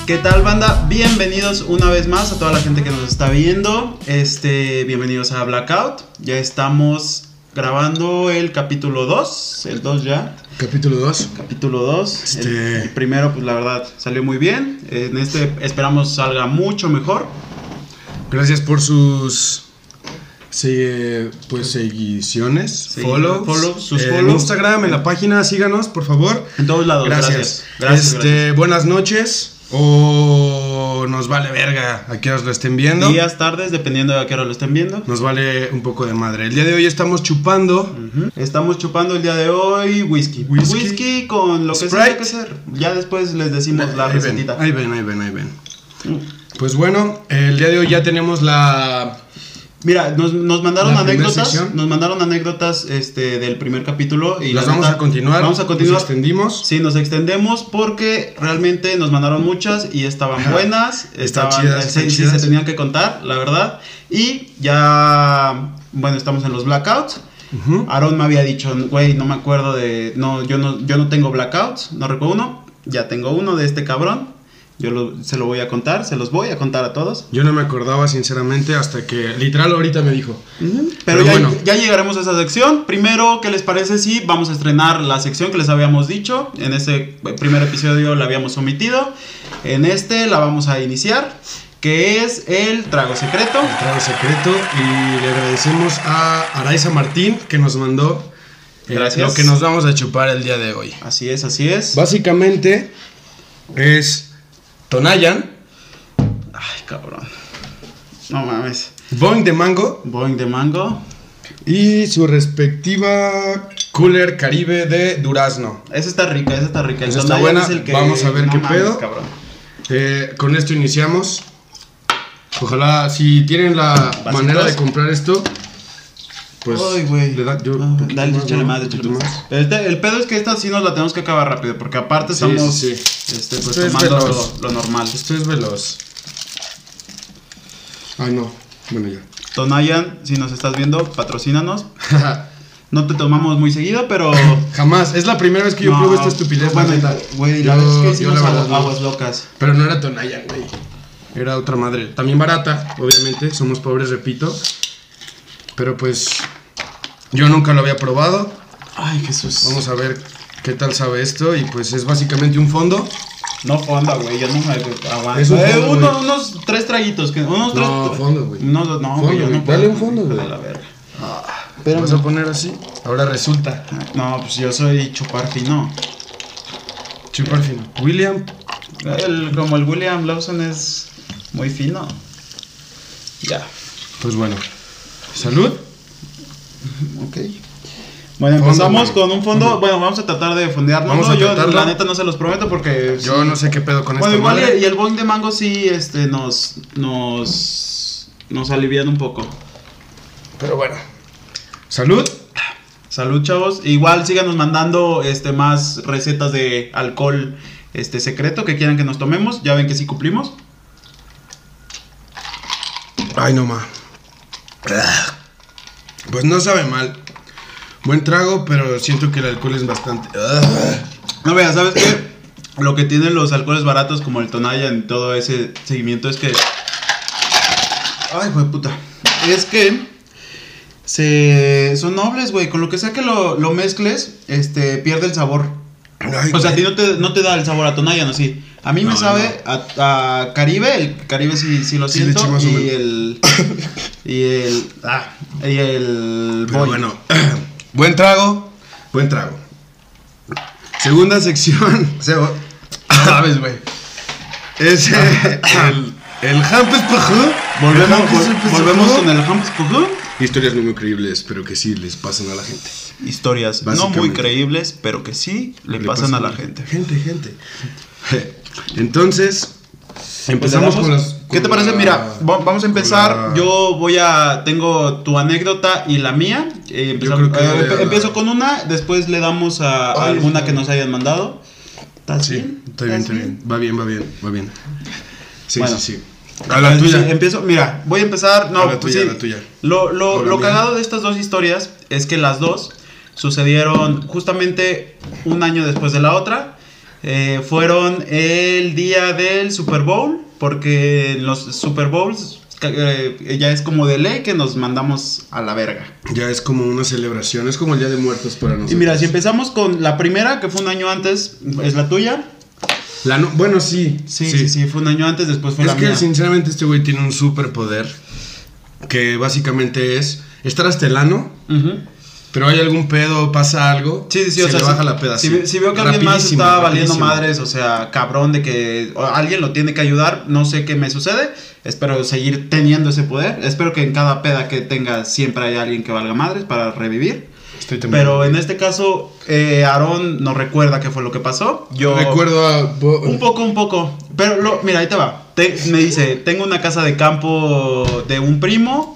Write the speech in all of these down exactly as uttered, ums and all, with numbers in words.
¿Qué tal, banda? Bienvenidos una vez más a toda la gente que nos está viendo. Este, bienvenidos a Blackout. Ya estamos grabando el capítulo dos, el dos ya. Capítulo dos. Capítulo dos. Este... El, el primero, pues la verdad, salió muy bien. En este esperamos salga mucho mejor. Gracias por sus se, pues seguiciones, sí, follows, follows sus eh, follows. en Instagram, en la página, síganos, por favor. En todos lados. Gracias. Gracias. gracias, este, gracias. Buenas noches. O nos vale verga a qué os lo estén viendo. Días, tardes, dependiendo de a qué hora lo estén viendo. Nos vale un poco de madre. El día de hoy estamos chupando. Uh-huh. Estamos chupando el día de hoy whisky. Whisky, whisky con lo que Sprite. sea que hacer. Ya después les decimos la ahí recetita. Ven, ahí ven, ahí ven, ahí ven. Uh. Pues bueno, el día de hoy ya tenemos la... Mira, nos, nos mandaron La primera anécdotas, sección. nos mandaron anécdotas este, del primer capítulo y Las la vamos neta, a continuar. Vamos a continuar. Nos extendimos. Sí, nos extendemos porque realmente nos mandaron muchas y estaban Ajá. buenas, Están estaban, chidas, sí, están sí, chidas. se tenían que contar, la verdad. Y ya, bueno, estamos en los blackouts. Uh-huh. Aaron me había dicho, güey, no me acuerdo de, no, yo no, yo no tengo blackouts, no recuerdo uno. Ya tengo uno de este cabrón. Yo lo, se lo voy a contar, se los voy a contar a todos. Yo no me acordaba sinceramente hasta que literal ahorita me dijo. Uh-huh. Pero, Pero ya, bueno. ya llegaremos a esa sección. Primero, ¿qué les parece si vamos a estrenar la sección que les habíamos dicho? En ese primer episodio la habíamos omitido. En este la vamos a iniciar, que es el trago secreto. El trago secreto. Y le agradecemos a Araiza Martín que nos mandó eh, Gracias. lo que nos vamos a chupar el día de hoy. Así es, así es. Básicamente es Tonayan, Ay, cabrón. No mames. Boing de mango Boing de mango. y su respectiva Cooler Caribe de durazno. Esa está rica, esa está rica. El Esa está Tonayan buena. es el que- Vamos a ver no qué mames, pedo. cabrón. Eh, con esto iniciamos. Ojalá, si tienen la Vasitos. manera de comprar esto, pues Ay, güey. le da, yo, Ah, un poquito dale, más, échale ¿no? más, Un échale poquito más. Este, el pedo es que esta sí nos la tenemos que acabar rápido, porque aparte Sí, estamos sí, sí. Este, pues, Esto es tomando veloz. lo, lo normal. Esto es veloz. Ay, no. Bueno, ya. Tonayan, si nos estás viendo, patrocínanos. No te tomamos muy seguido, pero... Jamás. Es la primera vez que yo No, pruebo esta estupidez. Bueno, la neta. güey, la Yo- verdad es que yo hicimos la verdad aguas, no. aguas locas. Pero no era Tonayan, güey. Era otra madre. También barata, obviamente. Somos pobres, repito. Pero pues... yo nunca lo había probado. Ay, Jesús. Vamos a ver qué tal sabe esto. Y pues es básicamente un fondo. No fonda, güey, yo no me aguanto. Es un Eh, fondo, uno- güey. unos tres traguitos. Que, unos tres, No, fondo, güey. No, no, no, Fondo, güey, yo no güey. puedo. Dale un fondo, Hijo güey. de la verga. ¿Lo vas a poner así? Ahora resulta. No, pues yo soy chupar fino. Chupar fino. William. El, como el William Lawson es muy fino. Ya. Pues bueno. Salud. Ok. Bueno, Fondo, empezamos güey. con un fondo. Fondo. Bueno, vamos a tratar de fondearnos. Vamos ¿no? a Yo, tratarlo. la neta, no se los prometo porque. Yo sí. no sé qué pedo con Bueno, esta igual madre. y, y el boing de mango sí este, nos. Nos. Nos alivian un poco. Pero bueno. Salud. Salud, chavos. Igual síganos mandando este, más recetas de alcohol este, secreto que quieran que nos tomemos. Ya ven que sí cumplimos. Ay, no ma. Pues no sabe mal. Buen trago, pero siento que el alcohol es bastante. No veas, ¿sabes qué? Lo que tienen los alcoholes baratos como el Tonayan y todo ese seguimiento es que... Ay, güey, puta. Es que... Se... Son nobles, güey. Con lo que sea que lo, lo mezcles, este, pierde el sabor. Ay, O sea, a ti güey. no te, no te da el sabor a Tonayan, así. A mí me No, sabe a, a Caribe. El Caribe sí, sí lo Sí, le siento. eché más o y menos. el... Y el... Ah, y el... Pero Boy. bueno. Buen trago. Buen trago. Segunda sección. Sebo. ¿Sabes, güey? Es eh, el. El Hampus Pujú. Volvemos, vol- volvemos con el Hampus Pujú. Historias no muy creíbles, pero que sí les pasan a la gente. Historias no Básicamente. muy creíbles, pero que sí le, pasan, a la gente. Gente, gente. Entonces, ¿Empezamos? empezamos con las. ¿Qué te con parece? la- Mira, va- vamos a empezar. con la- Yo voy a. Tengo tu anécdota y la mía. Eh, empezamos- creo que eh, dale empe- a- empiezo con una, después le damos a, a Ay, alguna sí. que nos hayan mandado. ¿Estás Sí, bien? está bien, ¿Estás está bien. Va bien, va bien, va bien. Sí, Bueno. sí, sí. A la Sí, tuya. empiezo, mira, voy a empezar. No, A la pues tuya, sí. a la tuya. Lo, lo, O la lo mía. cagado de estas dos historias es que las dos sucedieron justamente un año después de la otra. Eh, fueron el día del Super Bowl, porque en los Super Bowls eh, ya es como de ley que nos mandamos a la verga. Ya es como una celebración, es como el Día de Muertos para nosotros. Y mira, si empezamos con la primera, que fue un año antes, es la tuya. La no, bueno, sí, sí, sí, sí, sí, fue un año antes, después fue es la que mía. sinceramente este güey tiene un superpoder que básicamente es estar hasta el ano, uh-huh. pero hay algún pedo, pasa algo, sí, sí, sí, se o sea, le baja si, la peda. Si, si veo que alguien más está valiendo madres, o sea, cabrón de que alguien lo tiene que ayudar, no sé qué me sucede, espero seguir teniendo ese poder, espero que en cada peda que tenga siempre haya alguien que valga madres para revivir. Pero en este caso, eh, Aarón nos recuerda qué fue lo que pasó. Yo recuerdo a... un poco, un poco. Pero lo, mira, ahí te va. Te, me dice, tengo una casa de campo de un primo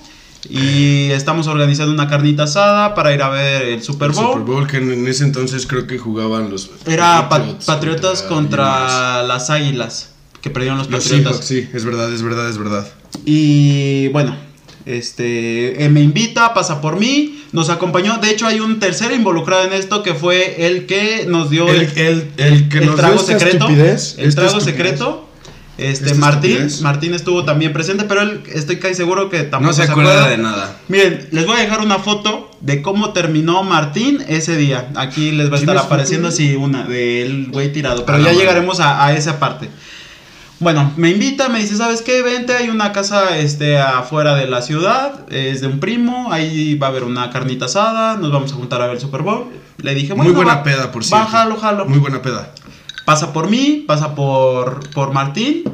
y estamos organizando una carnita asada para ir a ver el Super Bowl. El Super Bowl, que en ese entonces creo que jugaban los... Era Patriots, Patriotas contra, contra las Águilas, que perdieron los, los Patriotas. Seahawks, sí, es verdad, es verdad, es verdad. Y bueno... Este, eh, me invita, pasa por mí, nos acompañó. De hecho, hay un tercero involucrado en esto que fue el que nos dio el, el, el, el, que el nos trago dio secreto. Estupidez, el trago secreto. Este, esta Martín, estupidez. Martín estuvo también presente, pero él estoy casi seguro que tampoco no se, se acuerda, acuerda de nada. Miren, les voy a dejar una foto de cómo terminó Martín ese día. Aquí les va a estar apareciendo así una del güey tirado, pero ah, ya no, llegaremos a, a esa parte. Bueno, me invita, me dice, ¿sabes qué? Vente, hay una casa este, afuera de la ciudad, es de un primo, ahí va a haber una carnita asada, nos vamos a juntar a ver el Super Bowl. Le dije, bueno, muy buena va, peda, por cierto. Va, jalo, jalo. Muy buena peda. Pasa por mí, pasa por, por Martín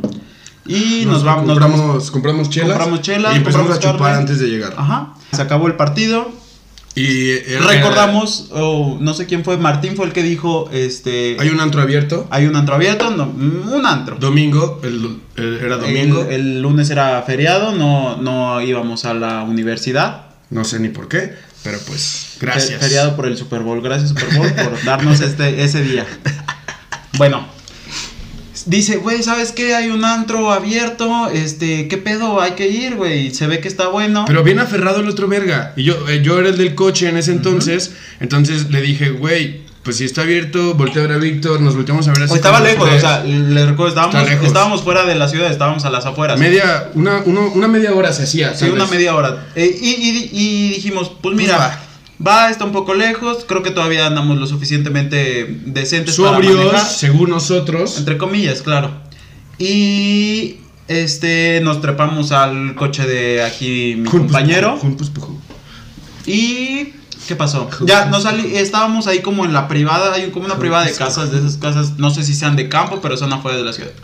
y nos, nos vamos. Compramos, nos vamos, compramos chelas. Compramos chelas. Y empezamos a chupar carne. antes de llegar. Ajá. Se acabó el partido. Y era, recordamos, oh, no sé quién fue, Martín fue el que dijo, este... Hay un antro abierto. Hay un antro abierto, no, un antro. Domingo, el, el, era domingo. El, el lunes era feriado, no, no íbamos a la universidad. No sé ni por qué, pero pues, gracias. Feriado por el Super Bowl, gracias Super Bowl por darnos este, ese día. Bueno. Dice, güey, ¿sabes qué? Hay un antro abierto, este, ¿qué pedo? Hay que ir, güey, se ve que está bueno. Pero bien aferrado el otro verga. Y yo, eh, yo era el del coche en ese entonces, uh-huh. entonces le dije, güey, pues si está abierto, volteé a ver a Víctor, nos volteamos a ver así. O estaba lejos, o sea, les recuerdo, estábamos, lejos. estábamos fuera de la ciudad, estábamos a las afueras. Media, una, uno, una media hora se hacía. Sí, una vez. media hora. Eh, y, y, y dijimos, pues mira... Ufa. Va, está un poco lejos, creo que todavía andamos lo suficientemente decentes sobrios, para manejar, según nosotros. Entre comillas, claro. Y este nos trepamos al coche de aquí mi Jun, compañero. Jun, jun, jun, jun. Y ¿qué pasó? Ya nos salí, estábamos ahí como en la privada, hay como una privada de casas, de esas casas, no sé si sean de campo, pero son afuera de la ciudad.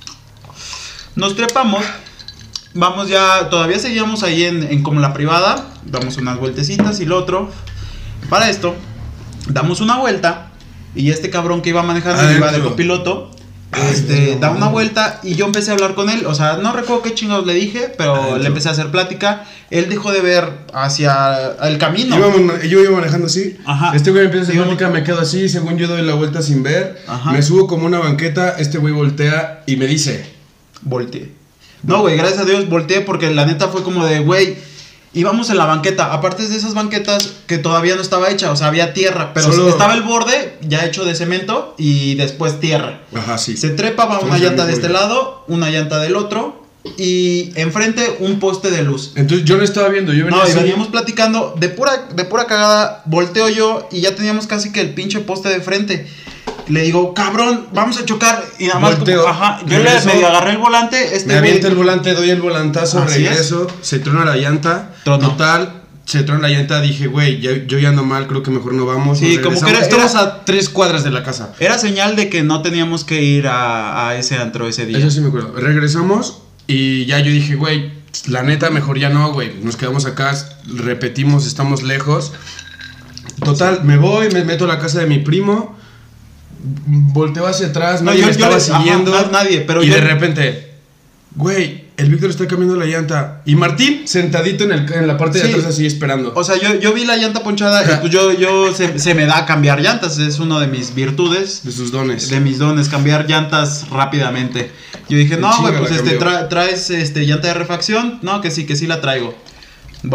Nos trepamos. Vamos ya, todavía seguíamos ahí en, en como la privada, damos unas vueltecitas y lo otro. Para esto, damos una vuelta y este cabrón que iba manejando, Adentro. iba de copiloto, este, da una vuelta y yo empecé a hablar con él. O sea, no recuerdo qué chingados le dije, pero Adentro. le empecé a hacer plática. Él dejó de ver hacia el camino. Yo, yo iba manejando así. Ajá. Este güey empieza a hacer plática, me quedo así, según yo doy la vuelta sin ver. Ajá. Me subo como una banqueta, este güey voltea y me dice... Volteé. No, güey, gracias a Dios volteé porque la neta fue como de, güey, íbamos en la banqueta. Aparte de esas banquetas que todavía no estaba hecha, o sea, había tierra, pero Solo... estaba el borde ya hecho de cemento y después tierra. Ajá, sí. Se trepa, va una llanta de este lado, una llanta del otro y enfrente un poste de luz. Entonces yo no estaba viendo, yo venía No, así. y veníamos platicando, de pura, de pura cagada, volteo yo y ya teníamos casi que el pinche poste de frente. Le digo, cabrón, vamos a chocar. Y nada más, Volteo, como, ajá, yo regreso, le medio agarré el volante. Este me aviento el volante, doy el volantazo, Así regreso, es. se trona la llanta. Tronó. Total, se trona la llanta. Dije, güey, yo, yo ya ando mal, creo que mejor no vamos. Sí, como que era, estamos era, a tres cuadras de la casa. Era señal de que no teníamos que ir a, a ese antro ese día. Eso sí me acuerdo. Regresamos y ya yo dije, güey, la neta, mejor ya no, güey. Nos quedamos acá, repetimos, estamos lejos. Total, sí. me voy, me meto a la casa de mi primo. Volteo hacia atrás, nadie no, yo, me estaba yo, siguiendo. Ajá, nadie, pero y yo... de repente, güey, el Víctor está cambiando la llanta. Y Martín sentadito en, el, en la parte sí. de atrás así esperando. O sea, yo, yo vi la llanta ponchada y pues yo, yo se, se me da cambiar llantas. Es uno de mis virtudes. De sus dones. De mis dones, cambiar llantas rápidamente. Yo dije, no, güey, pues este, tra, traes este, llanta de refacción. No, que sí, que sí la traigo. Bueno,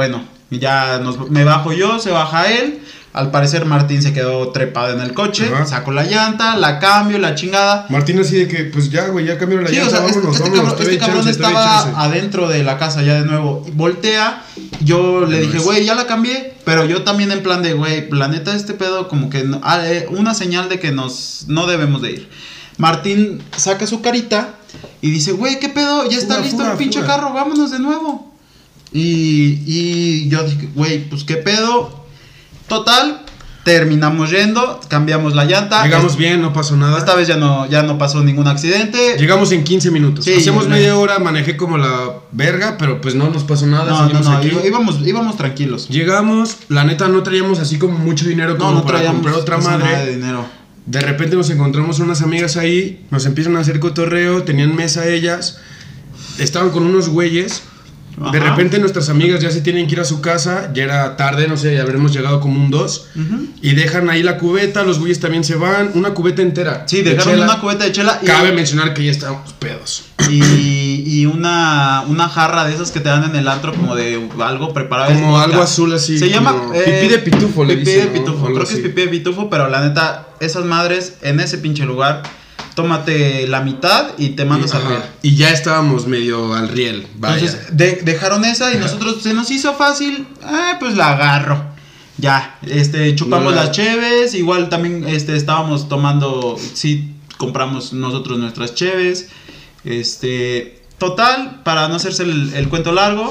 Y ya nos, me bajo yo, se baja él. Al parecer Martín se quedó trepado en el coche. Ajá. Saco la llanta, la cambio, la chingada. Martín así de que, pues ya, güey, ya cambiaron la sí, llanta, o sea, vámonos, este, vámonos. Este cabrón, este cabrón chance, estaba adentro de la casa ya de nuevo. Voltea, yo le dije, güey, ya la cambié. Pero yo también en plan de, güey, la neta este pedo como que no, ah, eh, una señal de que nos no debemos de ir. Martín saca su carita y dice, güey, ¿qué pedo? Ya está fuga, listo fuga, el pinche fuga. carro, vámonos de nuevo. Y, y yo dije, güey, pues qué pedo. Total, terminamos yendo, cambiamos la llanta. Llegamos es, bien, no pasó nada. Esta vez ya no, ya no pasó ningún accidente. Llegamos en quince minutos. Sí, hacemos media hora, manejé como la verga, pero pues no nos pasó nada. No, no, no, aquí. Íbamos, íbamos tranquilos. Llegamos, la neta no traíamos así como mucho dinero como no, no para comprar otra madre. De dinero. De repente nos encontramos unas amigas ahí, nos empiezan a hacer cotorreo, tenían mesa ellas, estaban con unos güeyes. Ajá. De repente nuestras amigas ya se tienen que ir a su casa, ya era tarde, no sé, ya habremos llegado como un dos, uh-huh. y dejan ahí la cubeta, los güeyes también se van, una cubeta entera. Sí, dejaron de chela. Una cubeta de chela. Y cabe mencionar que ya estábamos pedos. Y, y una, una jarra de esas que te dan en el antro como de algo preparado. Como algo azul así. Se llama... Eh, pipí de pitufo, le Pipí dicen, de pitufo, ¿no? creo que es pipí de pitufo, pero la neta, esas madres en ese pinche lugar... Tómate la mitad y te mandas y, al riel. Y ya estábamos medio al riel. Vaya. Entonces de, dejaron esa y nosotros se nos hizo fácil. Ah, pues la agarro. Ya, este, chupamos no, las cheves. Igual también este, estábamos tomando. Sí, compramos nosotros nuestras cheves. Este, total, para no hacerse el, el cuento largo.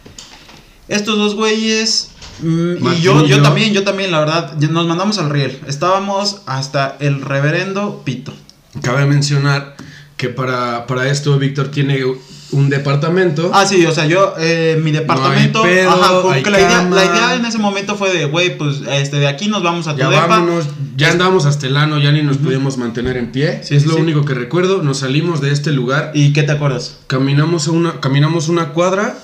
Estos dos güeyes. Mm, y yo, yo también, yo también, la verdad. Nos mandamos al riel. Estábamos hasta el reverendo pito. Cabe mencionar que para, para esto Víctor tiene un departamento. Ah, sí, o sea, yo, eh, mi departamento. No hay pedo, ajá, como hay que la idea, la idea en ese momento fue de, güey, pues este, de aquí nos vamos a tu ya depa. Vámonos, ya andábamos hasta el ano, ya ni nos uh-huh. pudimos mantener en pie. Sí, es sí, lo sí. único que recuerdo. Nos salimos de este lugar. ¿Y qué te acuerdas? Caminamos, a una, caminamos una cuadra.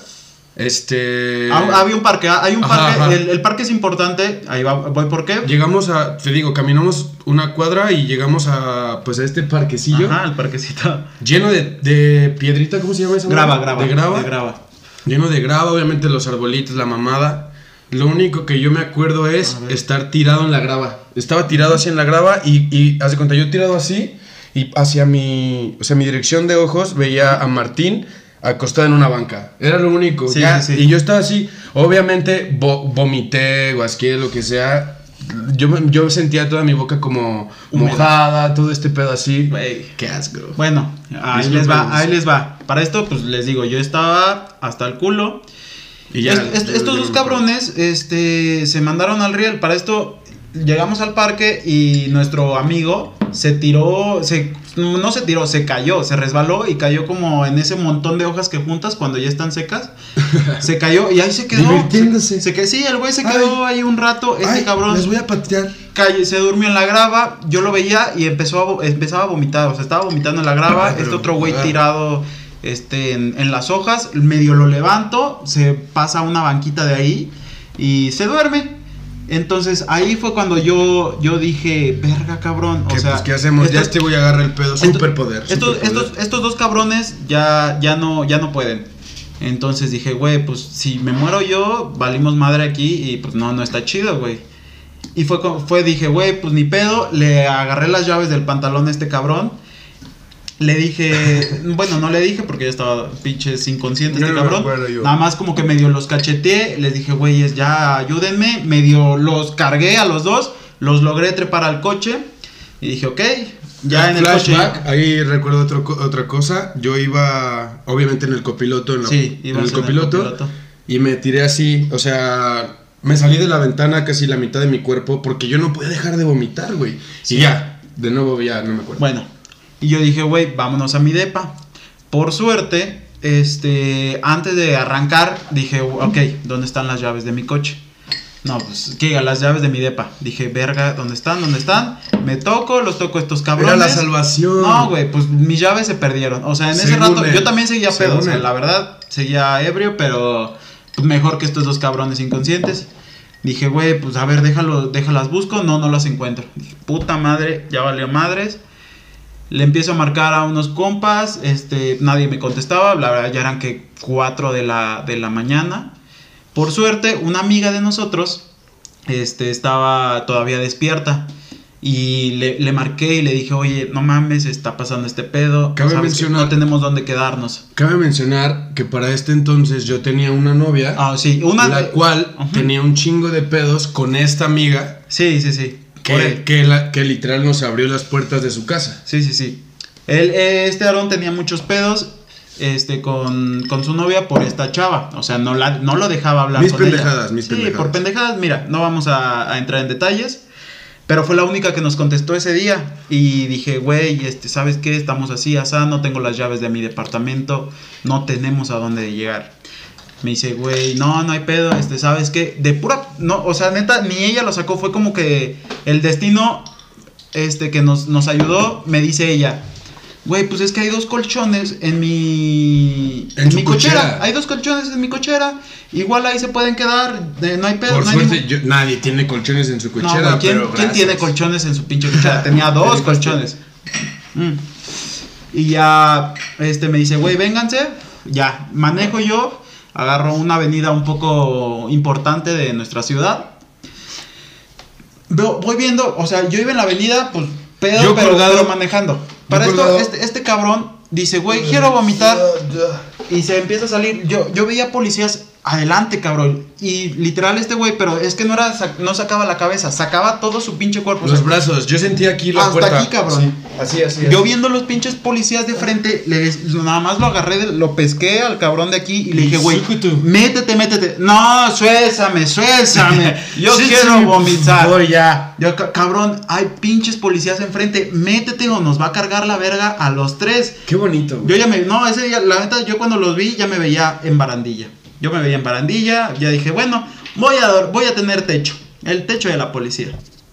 Este. Ah, había un parque, hay un ajá, parque. Ajá. El, el parque es importante. Ahí va, voy por qué. Llegamos a, te digo, caminamos una cuadra y llegamos a, pues a este parquecillo. Ajá, el parquecito. Lleno de, de piedrita, ¿cómo se llama eso? Grava, grava. De grava. De grava. Lleno de grava, obviamente los arbolitos, la mamada. Lo único que yo me acuerdo es estar tirado en la grava. Estaba tirado así en la grava y, y hace cuenta, yo tirado así y hacia mi, o sea, mi dirección de ojos veía a Martín acostado en una banca. Era lo único. Sí, ya, sí, sí. Y yo estaba así. Obviamente vo- vomité, guasqué, lo que sea. Yo, yo sentía toda mi boca como Húmeda. mojada, todo este pedo así. Wey. Qué asco. Bueno, ahí les va, ahí les va. Para esto, pues les digo, yo estaba hasta el culo. Y ya, es, es, yo, estos yo dos cabrones este, se mandaron al riel. Para esto, llegamos al parque y nuestro amigo se tiró, se, no se tiró, se cayó, se resbaló y cayó como en ese montón de hojas que juntas cuando ya están secas. Se cayó y ahí se quedó. Divirtiéndose. Se, se, sí, el güey se quedó ay, ahí un rato. Ese ay, cabrón. Les voy a patear. Cayó, se durmió en la grava. Yo lo veía y empezó a, empezaba a vomitar. O sea, estaba vomitando en la grava. Ay, este otro güey tirado este, en, en las hojas. Medio lo levanto. Se pasa a una banquita de ahí y se duerme. Entonces ahí fue cuando yo, yo dije, verga cabrón, o ¿Qué, sea, pues, ¿qué hacemos? Estos, ya este güey agarra el pedo, superpoder. Estos, super estos, estos dos cabrones ya, ya, no, ya no pueden. Entonces dije, güey, pues si me muero yo, valimos madre aquí y pues no, no está chido, güey. Y fue, fue dije, güey, pues ni pedo, le agarré las llaves del pantalón a este cabrón. Le dije, bueno, no le dije porque ya estaba pinches inconsciente este no, cabrón. No Nada más como que medio los cacheteé. Les dije, güeyes, ya ayúdenme. Medio los cargué a los dos. Los logré trepar al coche. Y dije, ok, ya en el flashback, coche. Ahí recuerdo otro, otra cosa. Yo iba, obviamente, en el copiloto. En, la, sí, en, el, copiloto, en el copiloto. Y me tiré así, o sea, me salí de la ventana casi la mitad de mi cuerpo. Porque yo no podía dejar de vomitar, güey. Sí. Y ya, de nuevo ya no me acuerdo. Bueno. Y yo dije, güey, vámonos a mi depa. Por suerte, este, antes de arrancar, dije, ok, ¿dónde están las llaves de mi coche? No, pues, ¿qué? Las llaves de mi depa. Dije, verga, ¿dónde están? ¿Dónde están? Me toco, los toco a estos cabrones. Era la salvación. No, güey, pues mis llaves se perdieron. O sea, en ese rato, yo también seguía pedo. O sea, la verdad, seguía ebrio, pero pues, mejor que estos dos cabrones inconscientes. Dije, güey, pues a ver, déjalo, déjalas busco. No, no las encuentro. Dije, puta madre, ya valió madres. Le empiezo a marcar a unos compas, este, nadie me contestaba, la verdad ya eran que cuatro de la, de la mañana. Por suerte, una amiga de nosotros este, estaba todavía despierta. Y le, le marqué y le dije, oye, no mames, está pasando este pedo. Cabe mencionar, no tenemos dónde quedarnos. Cabe mencionar que para este entonces yo tenía una novia. Ah, sí, una. La cual uh-huh. tenía un chingo de pedos con esta amiga. Sí, sí, sí. Que, que, la, que literal nos abrió las puertas de su casa. Sí, sí, sí. Él, este Aarón tenía muchos pedos este, con, con su novia por esta chava. O sea, no, la, no lo dejaba hablar mis con pendejadas, ella. Mis sí, pendejadas. Sí, por pendejadas, mira, no vamos a, a entrar en detalles. Pero fue la única que nos contestó ese día. Y dije, güey, este, ¿sabes qué? Estamos así, asá, no tengo las llaves de mi departamento. No tenemos a dónde llegar. Me dice, güey, no, no hay pedo, este, ¿sabes qué? De pura, no, o sea, neta, ni ella lo sacó. Fue como que el destino, este, que nos, nos ayudó. Me dice ella, güey, pues es que hay dos colchones en mi... En, en mi cochera. cochera. Hay dos colchones en mi cochera. Igual ahí se pueden quedar, eh, no hay pedo. Por no suerte, hay ningún... yo, nadie tiene colchones en su cochera. No, güey, ¿quién, pero ¿quién tiene colchones en su pinche cochera? Tenía dos colchones. Mm. Y ya, este, me dice, güey, vénganse. Ya, manejo yo. Agarro una avenida un poco importante de nuestra ciudad. Veo, voy viendo, o sea, yo iba en la avenida, pues, pedo, yo pero, colgado, pero manejando. Para esto, este, este cabrón dice, güey, quiero vomitar. Y se empieza a salir. Yo, yo veía policías adelante, cabrón. Y literal este güey, pero es que no era, no sacaba la cabeza, sacaba todo su pinche cuerpo. Los o sea, brazos, yo sentía aquí la hasta puerta. Hasta aquí, cabrón. Sí, así, así. Yo así. viendo los pinches policías de frente, le, nada más lo agarré, lo pesqué al cabrón de aquí y le dije, güey, métete, métete. No, suélzame, suélzame. Yo sí, quiero sí, vomitar. Voy ya. Yo, cabrón, hay pinches policías enfrente, métete o nos va a cargar la verga a los tres. Qué bonito, güey. Yo ya me, no, ese día, la neta, yo cuando los vi ya me veía en barandilla. Yo me veía en barandilla, ya dije, bueno, voy a, voy a tener techo. El techo de la policía.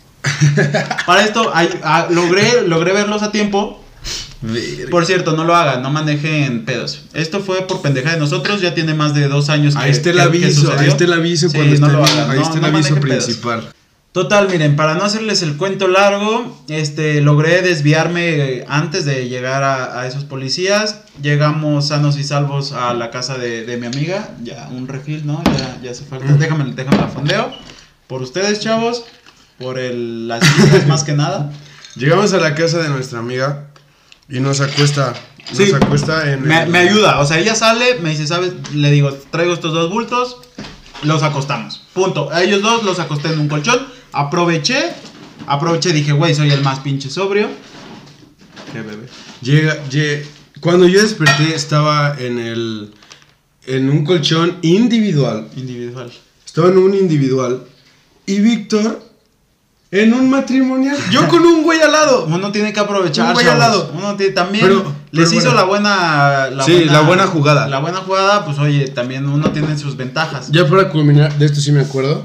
Para esto, a, a, logré, logré verlos a tiempo. Verga. Por cierto, no lo hagan, no manejen pedos. Esto fue por pendeja de nosotros, ya tiene más de dos años que, ahí está el que, aviso, que ahí está el aviso sí, cuando no esté lo bien, hagan, ahí no, está el no aviso principal. Pedos. Total, miren, para no hacerles el cuento largo, este, logré desviarme antes de llegar a, a esos policías. Llegamos sanos y salvos a la casa de, de mi amiga. Ya, un refil, ¿no? Ya, ya hace falta. Mm. Déjame, déjame la fondeo. Por ustedes, chavos. Por el, las vistas, más que nada. Llegamos a la casa de nuestra amiga y nos acuesta. Nos sí, acuesta en. Me, el... me ayuda. O sea, ella sale, me dice, ¿sabes? Le digo, traigo estos dos bultos. Los acostamos. Punto. A ellos dos los acosté en un colchón. Aproveché, aproveché, dije, güey, soy el más pinche sobrio. ¿Qué, bebé? Llega, llega, cuando yo desperté estaba en el, en un colchón individual. Individual. Estaba en un individual. Y Víctor en un matrimonial. Yo con un güey al lado. Uno tiene que aprovechar. Un güey al lado. Uno tiene, también pero, les pero hizo bueno. la buena, la sí, buena. la buena jugada. La buena jugada, pues oye, también uno tiene sus ventajas. Ya para culminar, de esto sí me acuerdo.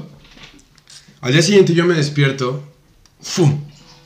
Al día siguiente yo me despierto. ¡Fum!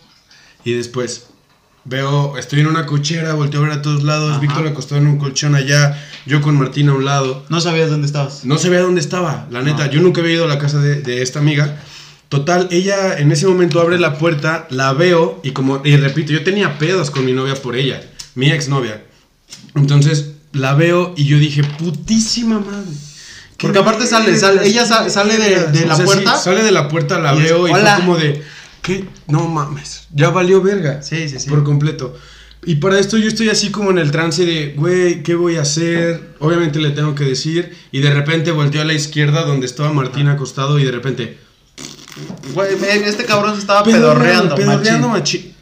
Y después veo, estoy en una cochera, volteo a ver a todos lados. Ajá. Víctor acostado en un colchón allá, yo con Martín a un lado. No sabías dónde estabas. No sabía dónde estaba, la neta. No. Yo nunca había ido a la casa de, de esta amiga. Total, ella en ese momento abre la puerta, la veo y como, y repito, yo tenía pedos con mi novia por ella, mi exnovia. Entonces la veo y yo dije, putísima madre. Porque aparte sale, sale ella sa- sale de, de la o sea, puerta. Sí, sale de la puerta, la y veo es, y hola. fue como de, ¿qué? No mames, ya valió verga. Sí, sí, sí. Por completo. Y para esto yo estoy así como en el trance de, güey, ¿qué voy a hacer? Obviamente le tengo que decir. Y de repente volteo a la izquierda donde estaba Martín acostado y de repente... Güey, este cabrón se estaba pedorreando, pedorreando machín.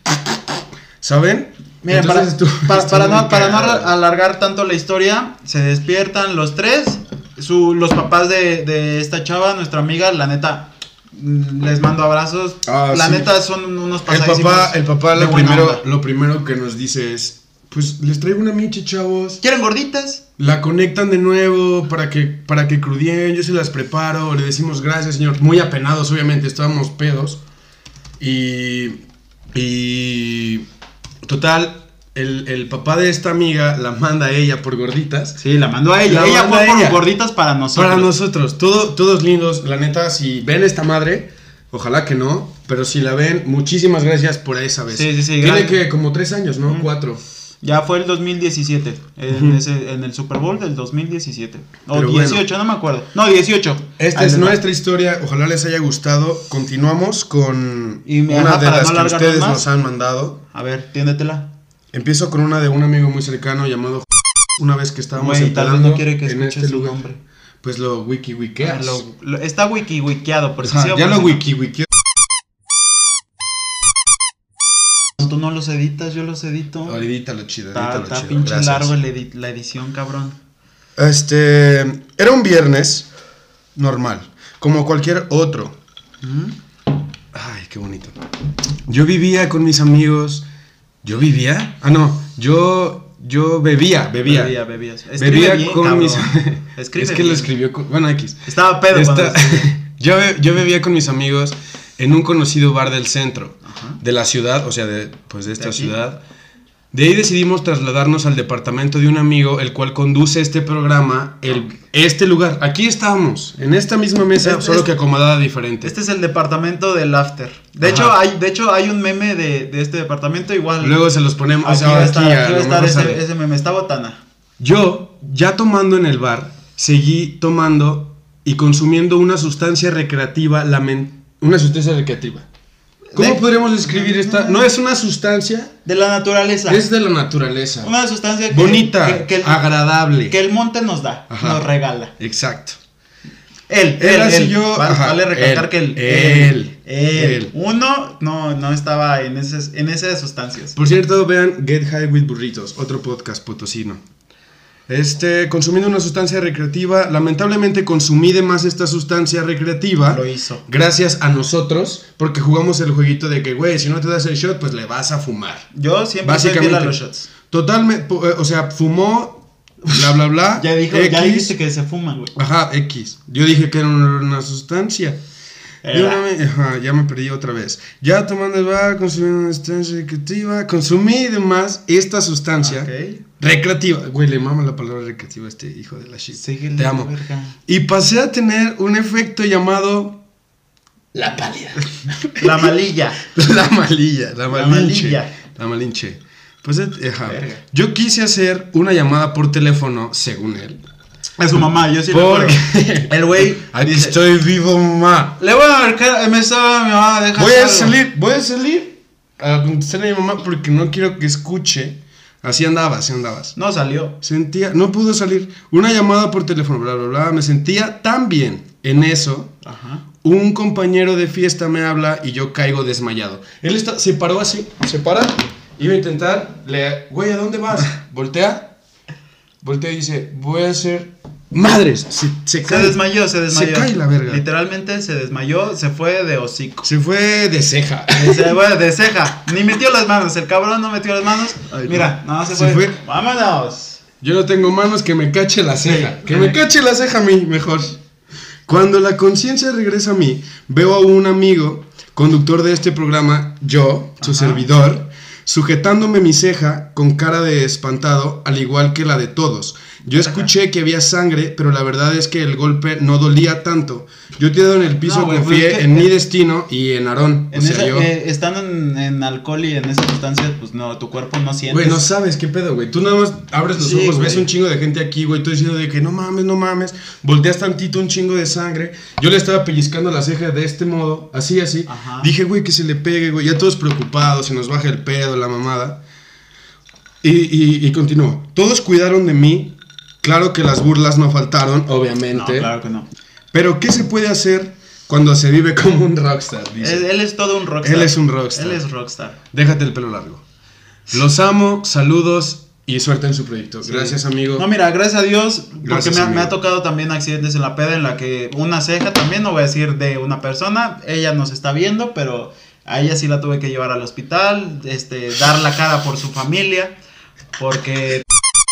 ¿Saben? Mira, para, esto, para, esto para, no, para no alargar tanto la historia, se despiertan los tres. Su, los papás de, de esta chava, nuestra amiga, la neta, les mando abrazos. Ah, la sí. neta son unos el papá, el papá lo buena primero, onda. lo primero que nos dice es, pues les traigo una miche, chavos. ¿Quieren gorditas? La conectan de nuevo para que, para que crudien, yo se las preparo, le decimos gracias, señor. Muy apenados, obviamente, estábamos pedos. Y, y total, el, el papá de esta amiga la manda a ella por gorditas. Sí, la mandó a ella. La ella fue a por ella. gorditas para nosotros. Para nosotros, todo, todos lindos. La neta, si ven esta madre, ojalá que no, pero si la ven, muchísimas gracias por esa vez. Sí, sí, sí. Tiene gracias. que como tres años, ¿no? Mm. Cuatro. Ya fue el dos mil diecisiete, en, uh-huh. ese, en el Super Bowl del dos mil diecisiete. O Pero dieciocho, bueno, no me acuerdo. No, dieciocho. Esta Ahí es nuestra va. historia, ojalá les haya gustado. Continuamos con y me, una ajá, de las no que ustedes más. nos han mandado. A ver, tiéndetela. Empiezo con una de un amigo muy cercano llamado una vez que estábamos Güey, tal vez no quiere que en este su lugar. Nombre. Pues lo wiki wikeas. Ah, lo, lo, está wiki wikiado, por Ajá, si Ya lo wiki wiki. Tú no los editas, yo los edito. Oh, edítalo chido, está, edítalo está chido. pinche Gracias. largo el edi- la edición, cabrón. Este, era un viernes normal, como cualquier otro. ¿Mm? Ay, qué bonito. Yo vivía con mis amigos. ¿Yo vivía? Ah, no, yo yo bebía, bebía. Bebía, bebías. Escribe bebía bien, con cabrón. mis Escribe Es que bien. lo escribió con... bueno, X. Estaba pedo Esta... cuando yo, yo bebía con mis amigos en un conocido bar del centro. Ajá. De la ciudad, o sea, de, pues de esta ¿De aquí? ciudad. De ahí decidimos trasladarnos al departamento de un amigo, el cual conduce este programa, el, okay. este lugar. Aquí estábamos, en esta misma mesa, este, solo este, que acomodada diferente. Este es el departamento del after. De hecho, hay, de hecho, hay un meme de, de este departamento igual. Luego se los ponemos. Aquí va a estar, aquí, aquí va a estar ese, sale. ese meme, está botana. Yo, ya tomando en el bar, seguí tomando y consumiendo una sustancia recreativa, lament- una sustancia recreativa. ¿Cómo de, podríamos describir esta? No es una sustancia. De la naturaleza. Es de la naturaleza. Una sustancia que, bonita, que, que el, agradable. Que el monte nos da, Ajá. nos regala. Exacto. Él, él, él. él. Yo, vale, vale recalcar él, que él, él, él, él. Uno no, no estaba en esas, en esas sustancias. Por cierto, vean Get High with Burritos, otro podcast potosino. Este, consumiendo una sustancia recreativa, lamentablemente consumí de más esta sustancia recreativa. Lo hizo. Gracias a nosotros, porque jugamos el jueguito de que, güey, si no te das el shot, pues le vas a fumar. Yo siempre Básicamente, a los shots. Totalmente, o sea, fumó, bla, bla, bla. ya dijo, X, ya dijiste que se fuman, güey. Ajá, X. Yo dije que era una, una sustancia. Yo no me, ajá, ya me perdí otra vez. Ya tomando el bar, consumiendo una sustancia recreativa. Consumí de más esta sustancia okay. recreativa. Güey, le mama la palabra recreativa a este hijo de la shit. Síguele, Te amo. Verga. Y pasé a tener un efecto llamado la pálida. La malilla. La malilla. La malinche. La malilla. La malinche. Pues, ajá. Verga. Yo quise hacer una llamada por teléfono, según él. A su mamá, yo sí lo El güey. Aquí dice, estoy vivo, mamá. Le voy a marcar, me estaba mi mamá, deja Voy a salir, voy a salir a contestar a mi mamá porque no quiero que escuche. Así andabas, así andabas. No salió. Sentía, no pudo salir. Una llamada por teléfono, bla, bla, bla. Me sentía tan bien en eso. Ajá. Un compañero de fiesta me habla y yo caigo desmayado. Él está, se paró así, se para. Iba a intentar, le, güey, ¿a dónde vas? Voltea. Voltea y dice, voy a hacer... ¡Madres! Se, se, cae. se desmayó, se desmayó. Se cae la verga. Literalmente se desmayó, se fue de hocico. Se fue de ceja. Se fue de ceja. Ni metió las manos, el cabrón no metió las manos. Ay, Mira, no, no se, se fue. fue. ¡Vámonos! Yo no tengo manos, que me cache la ceja. Sí. Que me cache la ceja a mí, mejor. Cuando la conciencia regresa a mí, veo a un amigo, conductor de este programa, yo, su Ajá. servidor, sujetándome mi ceja con cara de espantado, al igual que la de todos. Yo escuché que había sangre, pero la verdad es que el golpe no dolía tanto. Yo tirado en el piso, no, wey, confié es que en mi destino y en Aarón. En o sea, esa, yo... eh, estando en, en alcohol y en esas sustancias, pues no, tu cuerpo no siente. Güey, no sabes qué pedo, güey. Tú nada más abres los sí, ojos, wey. ves un chingo de gente aquí, güey. Tú diciendo de que no mames, no mames. Volteas tantito, un chingo de sangre. Yo le estaba pellizcando la ceja de este modo, así, así. Ajá. Dije, güey, que se le pegue, güey. Ya todos preocupados, se nos baja el pedo, la mamada. Y, y, y continuó. Todos cuidaron de mí. Claro que las burlas no faltaron, obviamente. No, claro que no. Pero ¿qué se puede hacer cuando se vive como un rockstar? Dice. Él, él es todo un rockstar. Él es un rockstar. Él es rockstar. Déjate el pelo largo. Los amo, saludos y suerte en su proyecto. Sí. Gracias, amigo. No, mira, gracias a Dios, gracias, porque me ha, me ha tocado también accidentes en la peda en la que una ceja, también no voy a decir de una persona, ella nos está viendo, pero a ella sí la tuve que llevar al hospital, este, dar la cara por su familia, porque...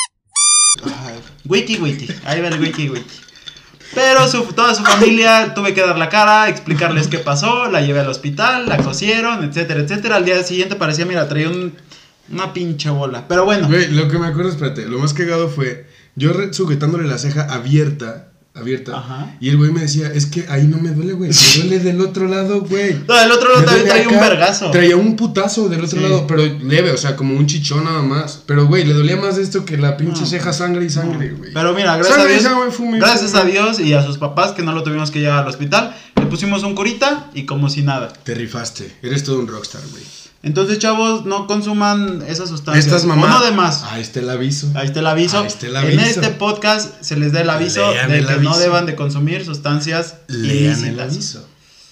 Wiki wiki, ahí va el wiki wiki. Pero su, toda su familia tuve que dar la cara, explicarles qué pasó, la llevé al hospital, la cosieron, etcétera, etcétera. Al día siguiente parecía, mira, traía un, una pinche bola. Pero bueno. Güey, lo que me acuerdo, espérate, lo más cagado fue yo re- sujetándole la ceja abierta, abierta. Ajá. Y el güey me decía, es que ahí no me duele, güey. Me duele del otro lado, güey. No, del otro lado también traía un vergazo. Traía un putazo del otro Sí. lado, pero leve, o sea, como un chichón nada más. Pero, güey, le dolía más esto que la pinche No. ceja, sangre y sangre, güey. Pero mira, gracias Sangre a y Dios, sangre, fume, gracias fume. a Dios y a sus papás que no lo tuvimos que llevar al hospital, le pusimos un curita y como si nada. Te rifaste. Eres todo un rockstar, güey. Entonces, chavos, no consuman esas sustancias. Estas mamás. Uno de más. Ahí está el aviso. Ahí está el aviso. Ahí está el En aviso. este podcast se les da el aviso Lean de el que aviso. no deban de consumir sustancias Lean el ilícitas. aviso.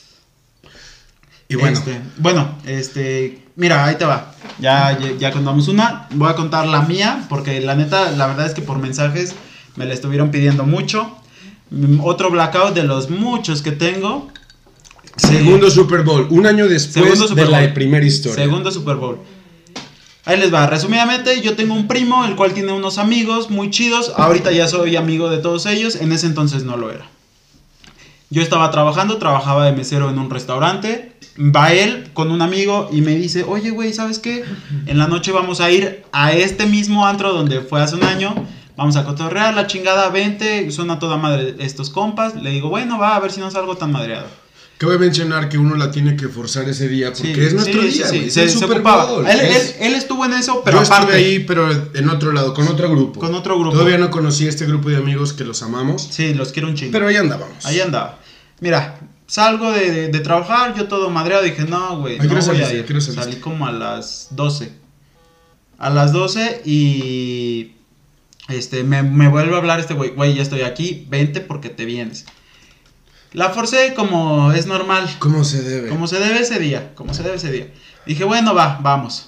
Y bueno, Este, bueno, este, mira, ahí te va. Ya, ya, ya contamos una. Voy a contar la mía, porque la neta, la verdad es que por mensajes me la estuvieron pidiendo mucho. Mm, Otro blackout de los muchos que tengo. segundo Super Bowl, un año después Segundo Super de Bowl. la primera historia. Segundo Super Bowl. Ahí les va. Resumidamente, yo tengo un primo, el cual tiene unos amigos muy chidos. Ahorita ya soy amigo de todos ellos. En ese entonces no lo era. Yo estaba trabajando, trabajaba de mesero en un restaurante. Va él con un amigo y me dice, oye, güey, ¿sabes qué? En la noche vamos a ir a este mismo antro donde fue hace un año. Vamos a cotorrear la chingada, vente. Suena toda madre estos compas. Le digo, bueno, va, a ver si no salgo tan madreado. Cabe mencionar que uno la tiene que forzar ese día porque Sí, es nuestro sí, día, sí, güey. sí, Es se, el se Super ocupaba. Bowl. Él, Es- él- él estuvo en eso, pero Yo aparte. estuve ahí, pero en otro lado, con otro grupo. Con otro grupo. Todavía no conocí a este grupo de amigos que los amamos, Sí, los quiero un chingo. pero ahí andábamos. Ahí andaba. Mira, salgo de, de, de trabajar, yo todo madreado, dije, no, güey, ¿A no qué hora voy a saliste? ir. ¿A qué hora saliste? Salí como a las doce. A las doce y este me, me vuelve a hablar este güey, güey, ya estoy aquí, vente porque te vienes. La forcé como es normal, ¿Cómo se debe? como se debe ese día, como se debe ese día. Dije, bueno, va, vamos.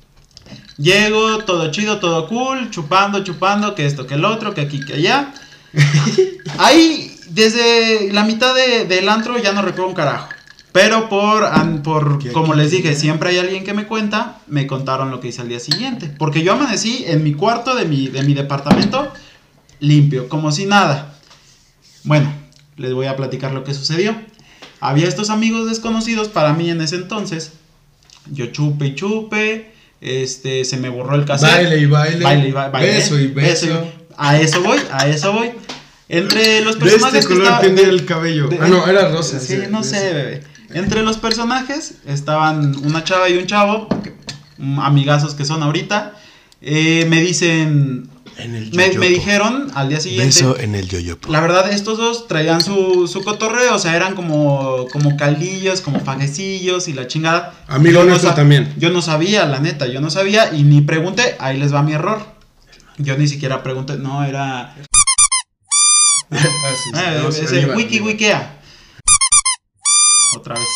Llego, todo chido, todo cool, chupando, chupando, que esto, que el otro, que aquí, que allá. Ahí, desde la mitad de, del antro ya no recuerdo un carajo. Pero por, an- por Que como aquí, les dije, que- siempre hay alguien que me cuenta, me contaron lo que hice al día siguiente. Porque yo amanecí en mi cuarto de mi, de mi departamento, limpio, como si nada. Bueno, les voy a platicar lo que sucedió. Había estos amigos desconocidos para mí en ese entonces. Yo chupe y chupe, este, se me borró el cassette. Baile y baile. Baile y ba- baile. Beso y beso. y- A eso voy, a eso voy. Entre los De personajes este que color estaba- tenía de- el cabello. de- ah, no, era rosa. Sí, ese- no ese. sé, bebé. Entre los personajes estaban una chava y un chavo, que- mm, amigazos que son ahorita. Eh, me dicen, En el me, yoyopo. me dijeron al día siguiente. Beso en el yoyopo. La verdad, estos dos traían su, su cotorreo, o sea, eran como, como caldillos, como fajecillos y la chingada. Amigo Yo no nuestro sa- también. Yo no sabía, la neta, yo no sabía y ni pregunté, ahí les va mi error. Yo ni siquiera pregunté, no, era... Ah, sí, sí, Eh, no, ese ahí va, wiki ahí va. wikea. Otra vez.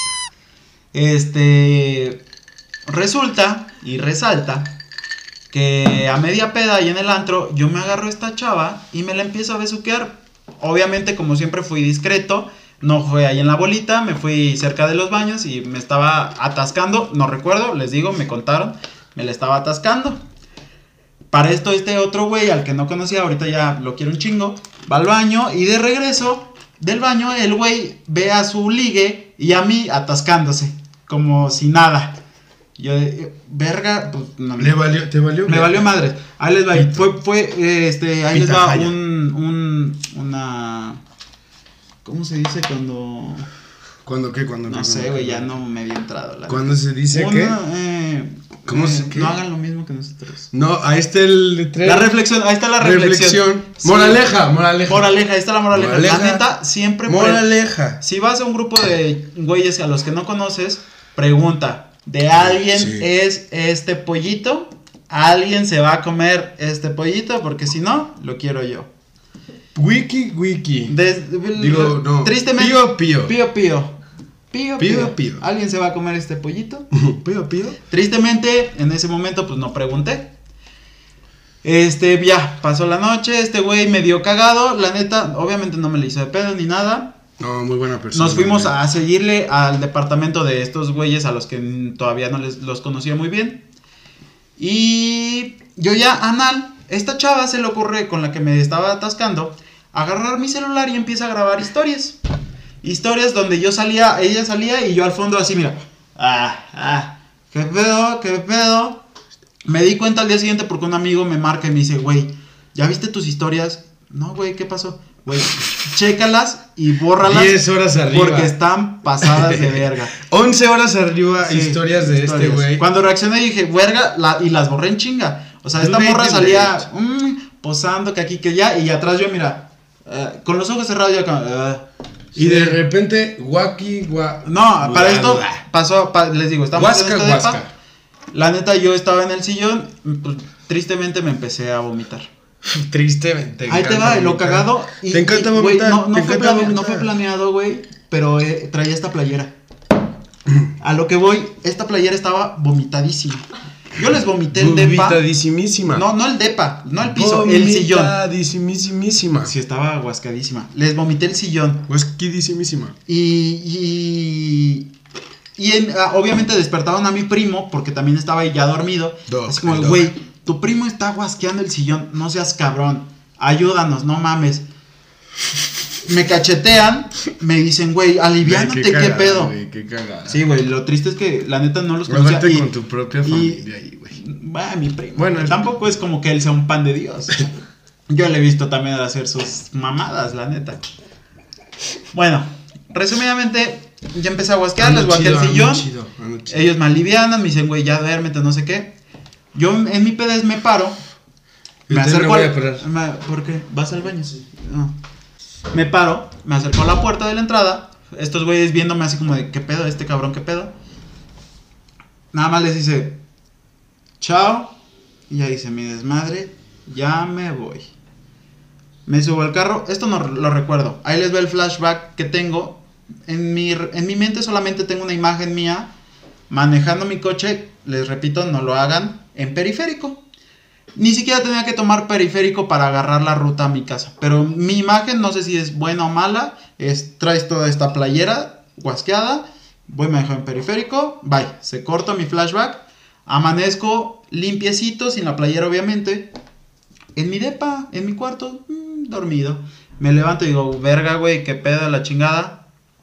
Este. Resulta y resalta que a media peda y en el antro yo me agarro a esta chava y me la empiezo a besuquear. Obviamente, como siempre, fui discreto. No fue ahí en la bolita, me fui cerca de los baños y me estaba atascando. No recuerdo, les digo, me contaron. Me la estaba atascando. Para esto, este otro güey al que no conocía, ahorita ya lo quiero un chingo, va al baño y de regreso del baño el güey ve a su ligue y a mí atascándose, como si nada. Yo, eh, verga, pues no, ¿Le valió, ¿Te valió? me valió madre. Ahí les va, Pito. fue, fue, eh, este, ahí les Pita va falla. un, un, una, ¿cómo se dice cuando? ¿Cuándo qué? ¿Cuándo No qué? sé, ¿Cuándo güey, qué? ya no me había entrado. La ¿Cuándo se dice Una, qué? eh, ¿Cómo eh, se- qué? No hagan lo mismo que nosotros. No, ahí está el letrero. La reflexión, ahí está la reflexión. Reflexión. Sí. Moraleja, moraleja. Moraleja, ahí está la moraleja. Moraleja. La neta, siempre. pre- Moraleja. Si vas a un grupo de güeyes a los que no conoces, pregunta: ¿de alguien Sí. es este pollito? ¿Alguien se va a comer este pollito? Porque si no, lo quiero yo. Wiki, wiki. Des- Digo, no. Tristemente. Pío, pío. Pío, pío. Pío, Pío, pío. pío. ¿Alguien se va a comer este pollito? Pío, pío. Tristemente, en ese momento, pues no pregunté. Este, ya, pasó la noche, este güey me dio cagado, la neta, obviamente no me le hizo de pedo ni nada. No, muy buena persona. Nos fuimos güey. a seguirle al departamento de estos güeyes a los que mm, todavía no les, los conocía muy bien. Y yo ya, anal, esta chava se le ocurre, con la que me estaba atascando, agarrar mi celular y empieza a grabar historias. Historias donde yo salía, ella salía y yo al fondo así, mira. Ah, ah, qué pedo, qué pedo. Me di cuenta al día siguiente porque un amigo me marca y me dice, güey, ¿ya viste tus historias? No, güey, ¿qué pasó? Güey, chécalas y bórralas. diez horas arriba. Porque están pasadas de verga. once horas arriba, Sí, historias de historias. este güey. Cuando reaccioné dije, verga, la, y las borré en chinga. O sea, esta Güey, morra qué salía mmm, posando que aquí, que allá, y atrás yo, mira, uh, con los ojos cerrados yo como, uh, Y sí. de repente, guaki, gua... No, para esto Bla, bla. pasó, pa, les digo, estamos Huasca, en este depa. huasca. La neta, yo estaba en el sillón, pues, tristemente me empecé a vomitar. Tristemente. Ahí te va, lo cagado. Y, Te encanta y, güey, vomitar. no, no, te fue encanta planea- vomitar. no fue planeado, güey, pero eh, traía esta playera. A lo que voy, esta playera estaba vomitadísima. Yo les vomité el depa. Vomitadísimísima. No, no el depa, no el piso, el sillón. Vomitadísimísima. Sí, estaba aguascadísima. Les vomité el sillón. Huasquidísimísima. Y. Y, y en- ah, obviamente despertaron a mi primo, porque también estaba ahí ya dormido. Doc, Así como, el doc. güey, tu primo está guasqueando el sillón, no seas cabrón. Ayúdanos, no mames. Me cachetean, me dicen, güey, aliviánate, Güey, qué, cagada, pedo. güey, qué cagada. Sí, güey, lo triste es que la neta no los conocía. Mejor y- con tu propia y- familia ahí, güey. Bah, mi primo. Bueno, tampoco es como que él sea un pan de Dios. Yo le he visto también hacer sus mamadas, la neta. Bueno, resumidamente, ya empecé a guasquear, les Ando guasqueé el chido, sillón. ando chido, ando chido. Ellos me alivianan, me dicen, güey, ya duérmete, no sé qué. Yo en mi pedez me paro. Yo Me también acerco me voy al- a parar. me- ¿Por qué? ¿Vas al baño? No. Me paro, me acerco a la puerta de la entrada. Estos güeyes viéndome así como de, ¿qué pedo? Este cabrón, ¿qué pedo? Nada más les dice, chao. Y ya hice mi desmadre, ya me voy. Me subo al carro, esto no lo recuerdo. Ahí les ve el flashback que tengo. En mi, en mi mente solamente tengo una imagen mía manejando mi coche. Les repito, no lo hagan en periférico. Ni siquiera tenía que tomar periférico para agarrar la ruta a mi casa. Pero mi imagen, no sé si es buena o mala, es traes toda esta playera guasqueada, voy manejando en periférico, bye, se corta mi flashback, amanezco limpiecito, sin la playera obviamente, en mi depa, en mi cuarto, mmm, dormido. Me levanto y digo, verga, güey, qué pedo la chingada.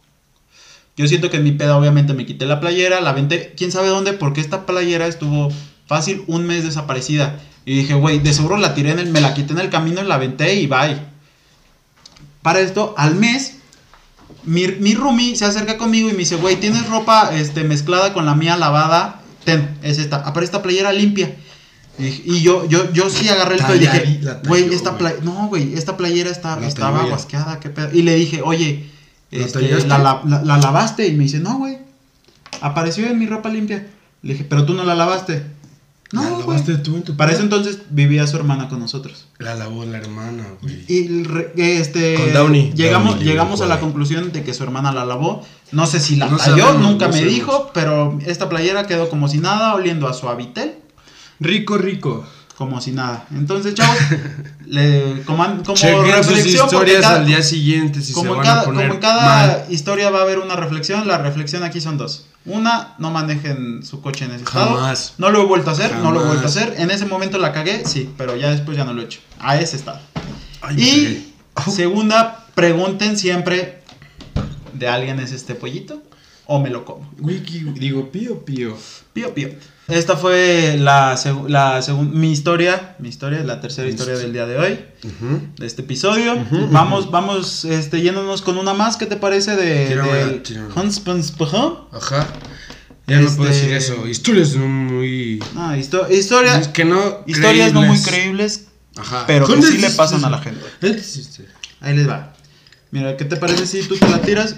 Yo siento que en mi peda obviamente me quité la playera, la aventé, quién sabe dónde, porque esta playera estuvo fácil un mes desaparecida. Y dije, güey, de seguro la tiré en el, me la quité en el camino y la aventé y bye. Para esto, al mes, mi, mi roomie se acerca conmigo y me dice, güey, ¿tienes ropa este, mezclada con la mía lavada? Ten, es esta, aparece esta playera limpia. Y, y yo, yo, yo sí agarré el pedo y dije, Talladita, güey, talló, esta güey. playera, no, güey, esta playera está, La estaba talló ya. guasqueada, qué pedo. Y le dije, oye, ¿La este, tallaste? la, la, la, la lavaste. Y me dice, no, güey, apareció en mi ropa limpia. Le dije, pero tú no la lavaste. ¿La No, güey. lavaste tú en tu Para pedo? eso entonces vivía su hermana con nosotros. La lavó la hermana, güey. Y re- este Con Downey. llegamos, Downey, llegamos a la güey. conclusión de que su hermana la lavó. No sé si la No talló, sabemos, nunca no me sabemos. dijo, pero esta playera quedó como si nada, oliendo a Suavitel, Rico, rico. como si nada. Entonces, chavos, le, como, an- como Chequen sus reflexión, porque historias cada- al día siguiente si como, se en van cada, a poner como en cada mal. historia va a haber una reflexión. La reflexión aquí son dos. Una, no manejen su coche en ese estado. Jamás. No lo he vuelto a hacer, no lo he vuelto a Jamás. hacer. En ese momento la cagué, sí, pero ya después ya no lo he hecho. A ese estado. Ay, me Y pegué. Oh. segunda, pregunten siempre, ¿de alguien es este pollito? ¿O me lo como? Wiki, digo, pío, pío. Pío, pío. Esta fue la, seg- la segunda, mi historia, mi historia, la tercera historia del día de hoy, Ujú. de este episodio. Ujú, Vamos, vamos, este, yéndonos con una más, ¿qué te parece de, Tíramela, del tíramela. Hans Pans Pajón? Ajá. Ya no puedo Este- decir eso. Historias no muy. Ah, histo- historia, Es que no. historias no muy creíbles. creíbles, Ajá. pero que ¿Dónde sí le existe pasan eso? a la gente. ¿Dónde existe? Ahí les va. Mira, ¿qué te parece si tú te la tiras?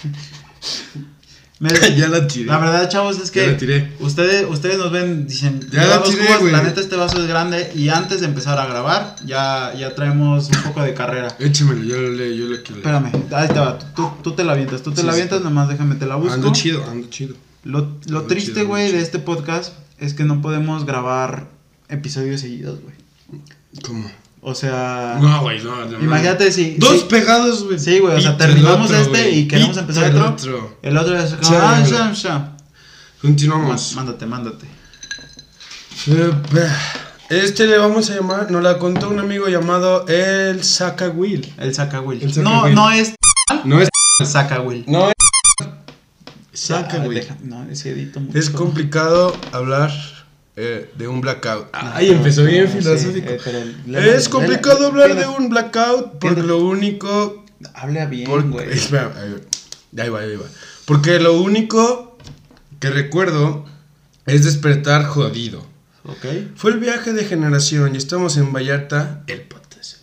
Me- Ya la tiré. La verdad, chavos, es Ya la que tiré. ustedes, ustedes nos ven, dicen, Ya lleva la dos tiré, cubas, güey. la neta este vaso es grande y antes de empezar a grabar ya, ya traemos un poco de carrera. Échemelo, yo lo leo, yo lo quiero. leer. Espérame, ahí te va, tú, tú te la avientas, tú te Sí, la sí. avientas, nomás déjame te la busco. Ando chido, ando chido. Lo, lo Ando triste, chido, güey, ando de chido. este podcast es que no podemos grabar episodios seguidos, güey. ¿Cómo? O sea, No, güey, no, no. imagínate si... Dos si- pegados, güey. Sí, güey, o sea, Pito el terminamos otro, este güey. y queremos Pito empezar el otro. El otro es como, Ya, ah, ya. ya, ya. Continuamos. Mándate, mándate. Eh, Este le vamos a llamar, nos la contó un amigo llamado el Sacahuil. El Sacahuil. El No, Sacahuil. no es No es. el Sacahuil. No es. Ya, Sacahuil. deja- No, ese edito mucho. Es complicado hablar eh, de un blackout. Ah, Ahí empezó bien sí, filosófico. eh, pero léela- Es complicado léela- hablar tiene- de un blackout porque tiene- lo único Habla bien, Por- güey. Espera, ahí va, ahí va, ahí va. Porque lo único que recuerdo es despertar jodido. Ok. Fue el viaje de generación y estamos en Vallarta, el podcast.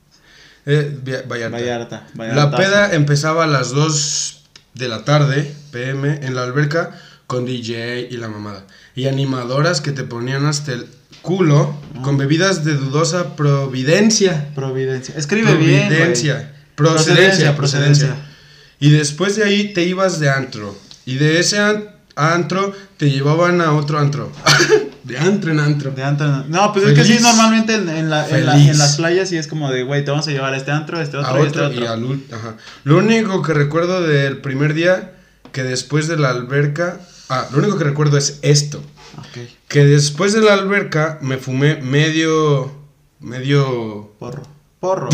Eh, via- Vallarta. Vallarta, La Vallartazo. peda empezaba a las dos de la tarde, P M, en la alberca con D J y la mamada. Y animadoras que te ponían hasta el culo Ah. con bebidas de dudosa providencia. Providencia. Escribe bien, güey. Providencia. Procedencia, Procedencia, procedencia. procedencia. Y después de ahí te ibas de antro. Y de ese an- antro te llevaban a otro antro. De antro en antro. De antro. No, pues es que Feliz. sí, normalmente en, en, la, en, la- Feliz. en las playas sí es como de, güey, te vamos a llevar a este antro, a este otro, A y este otro otro. y al ul- ajá. Lo único que recuerdo del primer día, que después de la alberca... Ah, lo único que recuerdo es esto. Ok. Que después de la alberca me fumé medio... Medio... Porro. Porro.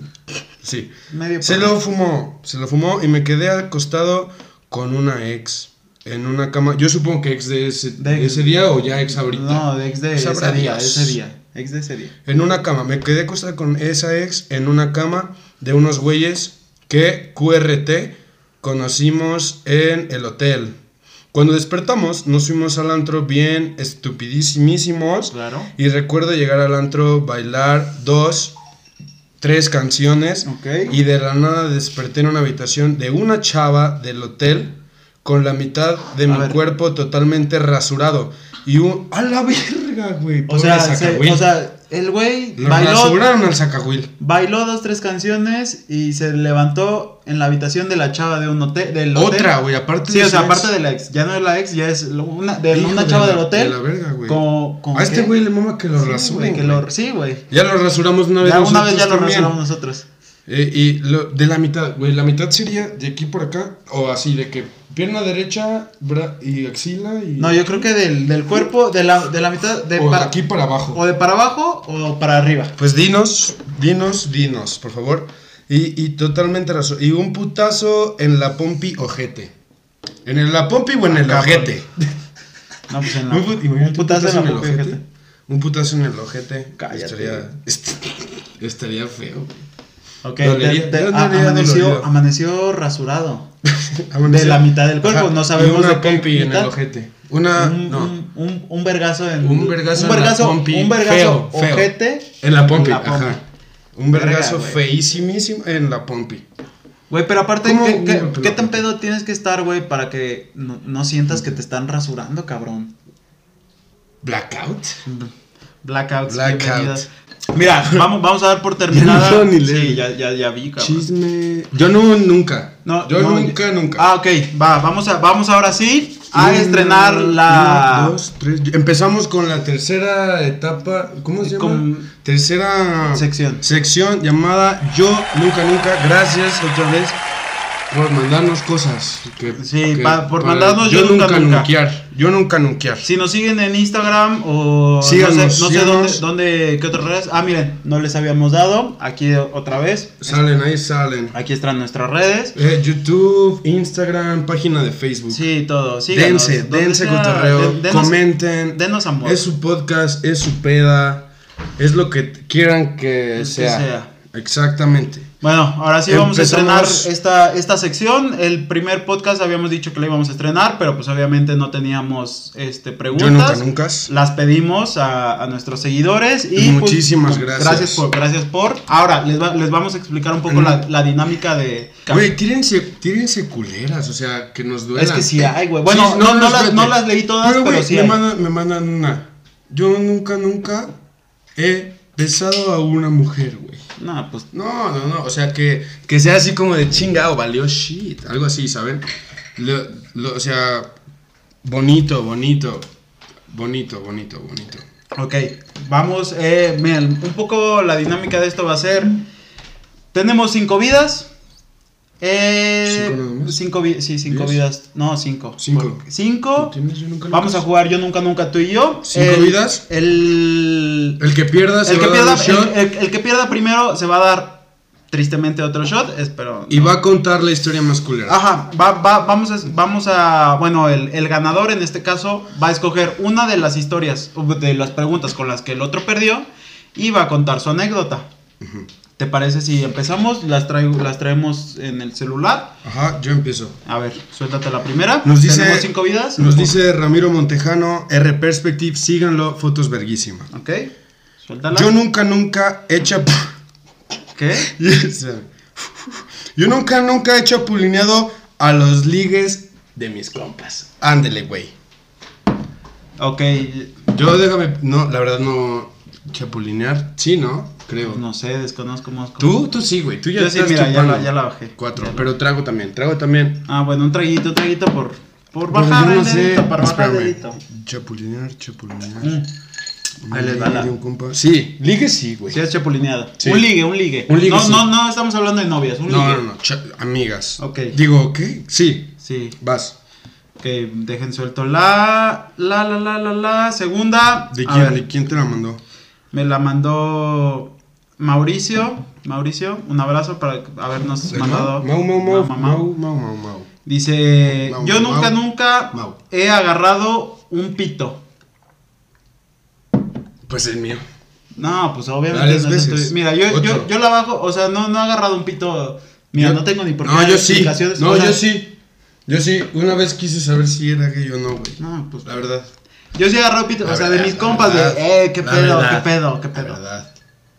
Sí. Medio Se porro. lo fumó, se lo fumó y me quedé acostado con una ex en una cama. Yo supongo que ex de ese, De ex. ese día o ya ex ahorita. No, de ex de Sabrá ese día, Dios. ese día. Ex de ese día. En una cama, me quedé acostado con esa ex en una cama de unos güeyes que Q R T conocimos en el hotel. Cuando despertamos, nos fuimos al antro bien estupidísimos. Claro. Y recuerdo llegar al antro, bailar dos, tres canciones. Ok. Y de la nada desperté en una habitación de una chava del hotel con la mitad de A mi ver. cuerpo totalmente rasurado. Y un... ¡A la verga, güey! O Pobre sea, se- Zacahuil. o sea, el güey Lo bailó, rasuraron al Zacahuil. bailó dos, tres canciones y se levantó en la habitación de la chava de un hotel. Del hotel. Otra, güey, aparte Sí, de o sea, su aparte ex. de la ex. Ya no es la ex, ya es lo- una, de Hijo una de chava la- del hotel. de la verga, güey. Con, con A este qué? güey le mama que lo Sí, rasuren, güey, que güey. lo, sí, güey. Ya lo rasuramos una vez Ya una vez nosotros ya lo también. rasuramos nosotros. Eh, y lo, de la mitad, güey, la mitad sería de aquí por acá, o así, de que pierna derecha bra- y axila y... No, yo creo que del, del cuerpo, de la, de la mitad, de o de para, aquí para abajo. o de para abajo o para arriba. Pues dinos, dinos, dinos, por favor. Y, y totalmente razón. Y un putazo en la pompi ojete. ¿En el la pompi o en el Acá, ojete? No, pues en la, Un put- imagínate un putazo en la el pompi, ojete. ojete. Un putazo en el ojete. Cállate. Estaría, est- estaría feo. Ok, Dolería, de- de- yo a- dolería amaneció, dolorido. amaneció rasurado. Amaneció- De la mitad del cuerpo, Ajá, no sabemos y una de qué pompi en mitad. el ojete. Una, un, no. un, un, un vergazo en Un vergazo un en la vergazo, pompi, un vergazo feo, feo. ojete En la pompi, en la pompi. ajá. Un Verga, vergazo güey. feísimísimo en la pompi. Güey, pero aparte, ¿Cómo ¿qué, un qué, golpe qué la tan pompi? pedo tienes que estar, güey, para que no, no sientas que te están rasurando, cabrón? Blackout. Blackouts, Blackout. bienvenidas. Mira, vamos, vamos a dar por terminada. Ya no puedo ni leer. Sí, ya, ya, ya vi, cabrón. Chisme. Yo no, nunca. No, Yo no, nunca, ya- nunca. Ah, ok, va, vamos a, vamos ahora sí a Una, estrenar la... una, dos, tres. Empezamos con la tercera etapa. ¿Cómo se llama? Con- Tercera Sección. sección llamada Yo Nunca Nunca. Gracias otra vez por mandarnos cosas. Que, Sí, que pa- por para- mandarnos Yo Nunca Nunca. Nunquear. Yo nunca nunquear. Si nos siguen en Instagram o Síganos, no sé, no sé síganos. dónde, dónde, qué otras redes. Ah, miren, no les habíamos dado. Aquí otra vez. Salen, ahí salen. Aquí están nuestras redes. Eh, YouTube, Instagram, página de Facebook. Sí, todo. Síganos, dense, donde dense sea, cotorreo, den- denos- comenten. Denos amor. Es su podcast, es su peda, es lo que t- quieran que Es que sea. sea. Exactamente. Bueno, ahora sí vamos a Empezamos- estrenar esta, esta sección. El primer podcast habíamos dicho que la íbamos a estrenar, pero pues obviamente no teníamos este, preguntas. Yo nunca, nunca. Las pedimos a, a nuestros seguidores y Muchísimas pues, gracias. Gracias por, gracias por. Ahora les, va- les vamos a explicar un poco Mm. la, la dinámica de. Güey, tírense, tírense culeras, o sea, que nos duelan. Es que sí hay, güey. Bueno, Sí, no, no, las, espérate. no las leí todas, pero, güey, sí me hay. mandan, me mandan una. Yo nunca, nunca he besado a una mujer, güey. No, pues. No, no, no, o sea, que, que sea así como de chingado, valió shit, algo así, ¿saben? Lo- lo- o sea, bonito, bonito, bonito, bonito, bonito. Ok, vamos. Eh, miren, un poco la dinámica de esto va a ser. Tenemos cinco vidas. Eh, ¿Cinco nada más? cinco vi- sí, cinco ¿Diez? vidas. No, cinco. Cinco. Porque- Cinco. ¿Tienes yo nunca, Vamos a nunca? jugar yo nunca nunca tú y yo. ¿Cinco El- vidas? El, El que pierda se el va que a dar pierda, un shot el, el- el que pierda primero se va a dar tristemente otro shot. Espero. y va a contar la historia más culera. Ajá, va, va, vamos, a, vamos a, bueno, el, el ganador en este caso va a escoger una de las historias, de las preguntas con las que el otro perdió y va a contar su anécdota. ¿te parece si empezamos? Las traigo, las traemos en el celular. Ajá, yo empiezo. A ver, suéltate la primera. Nos dice, ¿tenemos cinco vidas? Nos dice Ramiro Montejano, R Perspective, síganlo, fotos verguísima. Ok, suéltala. Yo nunca, nunca he chapu... ¿Qué? Yo nunca, nunca he chapulineado a los ligues de mis compas. Ándele, güey. Ok. Yo déjame, no, la verdad no chapulinear, sí, ¿no? Creo. No sé, desconozco cómo. Tú, tú sí, güey, tú ya Yo sí, estás mira, ya chupando. la, ya la bajé. Cuatro, Ya la- pero trago también, trago también. Ah, bueno, un traguito, un traguito por, por Pero bajar yo no el dedito, sé, para bajar el espérame. dedito. Chapulinear, chapulinear. Mm. Ahí les va la- De un compa. Sí, ligue sí, güey. Sí, es chapulineado. Sí. Un ligue, un ligue. Un ligue, no, sí. no, no estamos hablando de novias, un No, ligue. no, no, cha- amigas. Ok. Digo, ¿qué? Sí, Sí. vas. Ok, dejen suelto la, la, la, la, la, la segunda. ¿De A quién, ver, ¿De quién te la mandó? me la mandó Mauricio. Mauricio, un abrazo para habernos ¿De mandado. Mau, Mau, Mau, Mau, Mau. Mau, Mau, Mau, Mau. Dice, Mau, yo Mau, nunca, Mau. nunca Mau. he agarrado un pito. Pues el mío. No, pues obviamente. Varias no es veces. tu- Mira, yo, yo, Otro. yo la bajo, o sea, no, no he agarrado un pito. Mira, Yo- no tengo ni por qué No, dar yo sí. explicaciones, No, o sea, yo sí. Yo sí. Una vez quise saber si era gay o no, güey. No, pues La verdad. yo sí he agarrado pito, La o sea, verdad, de mis la compas, verdad. de, eh, qué La pedo, verdad. qué pedo, qué La pedo. verdad.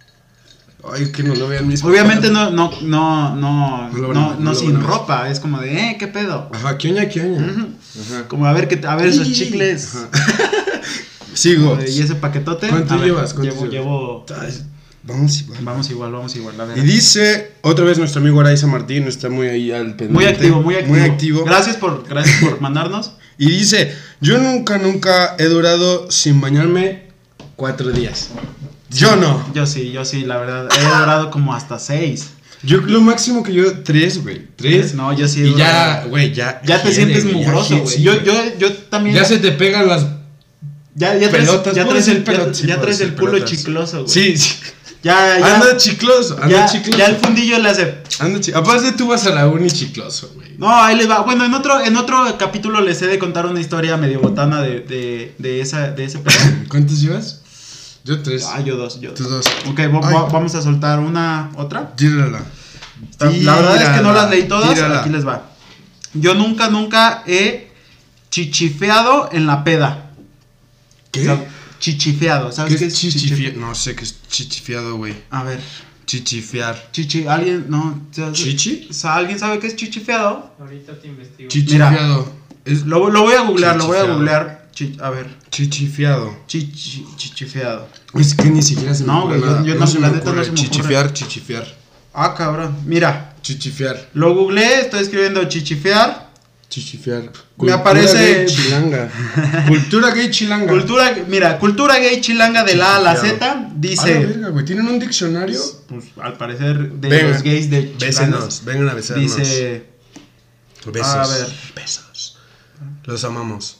Ay, que no lo vean mis Obviamente papás. no, no, no, no, No lo van no, a- no, no lo sin van a ver. ropa, es como de, eh, qué pedo. Ajá, ¿qué oña, qué oña? Ujú. Ajá. Como a ver, que, a ver esos Ih, chicles. ajá. Sigo. Eh, Y ese paquetote. ¿Cuánto a ver, llevas? ¿Cuánto llevo, llevo. Ay, Vamos igual. Vamos igual, vamos igual. A ver. Y dice, otra vez nuestro amigo Araiza Martín, está muy ahí al pendiente. Muy activo, muy activo. Muy activo. Gracias por, gracias por mandarnos. Y dice, yo nunca, nunca he durado sin bañarme cuatro días. Yo no. Yo sí, yo sí, la verdad. He durado como hasta seis. Yo lo máximo que yo, tres, güey. Tres. No, yo sí he Y ya, durado. güey, ya. Ya te quiere, sientes güey, ya mugroso, quiere, güey. sí, Yo, yo, yo también. Ya se te pegan las. ya, ya traes, pelotas, ya puedo traes decir el, pelotas, ya, sí, ya puedo traes decir el culo pelotas. chicloso, güey. Sí, sí. Ya, ya. Anda chicloso, anda ya, chicloso. ya el fundillo le hace. Anda chi- Aparte tú vas a la uni chicloso, güey. No, ahí les va. Bueno, en otro, en otro capítulo les he de contar una historia medio botana de, de, de, esa, de ese pedo. ¿Cuántos llevas? Yo tres. Ah, yo dos, yo dos. Tú dos. Ok, vo- Ay. vo- vamos a soltar una, otra. Tírala. Está- la verdad es que no las leí todas, Tírala. aquí les va. Yo nunca, nunca he chichifeado en la peda. ¿Qué? O sea, chichifeado, ¿sabes ¿Qué qué es es chichifiado? chichifeado? No sé qué es chichifiado, güey. A ver, Chichifiar. chichi, alguien, no. o sea, ¿Chichi? o sea, ¿alguien sabe qué es chichifeado? Ahorita te investigo. Chichifiado. Es Lo, lo voy a googlear, lo voy a Chichifeado. googlear. Chi- a ver, chichifiado. chichi, chichifeado. Es que ni siquiera se me No, ocurre güey, yo- nada. yo no- se la me neta no ocurre. se me ocurre. Chichifiar, chichifiar. Ah, cabrón. Mira, Chichifiar. lo googleé, estoy escribiendo chichifear. Chichifiar. Me aparece- gay chilanga. Cultura gay chilanga. Cultura, mira, cultura gay chilanga de la A a la Chichifeado. Z A la dice, verga, güey. ¿Tienen un diccionario? pues al parecer de Venga, los gays de chilangos, Bésenos, vengan a besarnos. dice, Besos. a ver. Besos. Los amamos.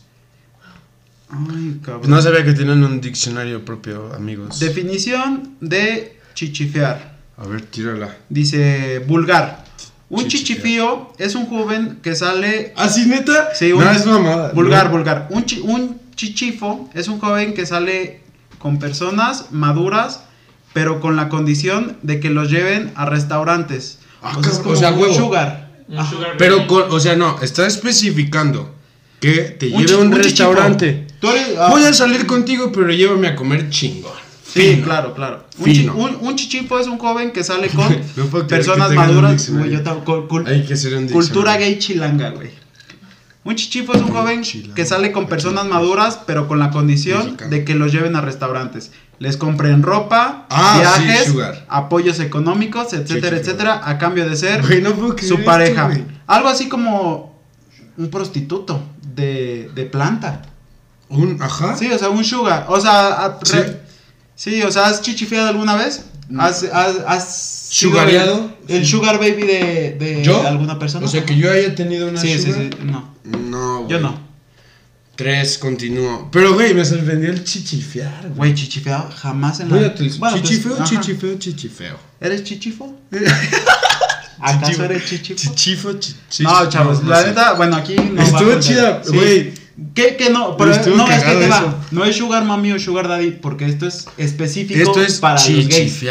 ay, cabrón. No sabía que tienen un diccionario propio, amigos. Definición de chichifear. A ver, tírala. Dice vulgar. Un Chichifear. chichifío es un joven que sale ¿Así neta? Sí, un- no, es mamada. vulgar, ¿no? vulgar. Un, chi- un chichifo es un joven que sale con personas maduras, pero con la condición de que los lleven a restaurantes. Ah, O sea, es cabrón, como o sea, un huevo. sugar. Un Ajá. sugar Pero, baby. con, o sea, no, está especificando que te Un lleve chi- a un, un restaurante. chichifo. Tú eres- ah, Voy a salir contigo, pero llévame a comer chingón. Sí, Fino. claro, claro. Un, chi- Fino. un, un chichifo es un joven que sale con No puedo creer personas que tengan un maduras. diccionario. Güey, yo tam- cul- cul- Hay que hacer un cultura diccionario. gay chilanga, güey. Un chichifo es un joven Chilanga. que sale con personas maduras, pero con la condición Mexicano. de que los lleven a restaurantes. Les compren ropa, Ah, viajes, sí, sugar. apoyos económicos, etcétera, Chichifo. etcétera, a cambio de ser Güey, no puedo creer su esto, pareja. güey. Algo así como un prostituto de, de planta. Un, ajá. Sí, o sea, un sugar. O sea, a- Sí. re- sí, o sea, ¿has chichifeado alguna vez? ¿Has, has, has sido ¿Sugareado? el, el Sí. sugar baby de, de ¿Yo? alguna persona? O sea, que yo haya tenido una sí, sí, sugar. sí, no. No, güey. Yo no. Tres, continúo. Pero, güey, me sorprendió el chichifiar, güey. Güey, chichifeado jamás en la... Voy a tu- Bueno, pues, chichifeo, ajá. chichifeo, chichifeo. ¿Eres chichifo? ¿Acaso Chichifo. eres chichifo? Chichifo, chi- chi- No, chavos, no la sé. neta, bueno, aquí no va Estuvo con- chida, sí. güey. ¿Qué, qué no? Pero Estuvo no, es que cagado te va. eso. No es sugar mami o sugar daddy, porque esto es específico Esto es para los gays. chichifear.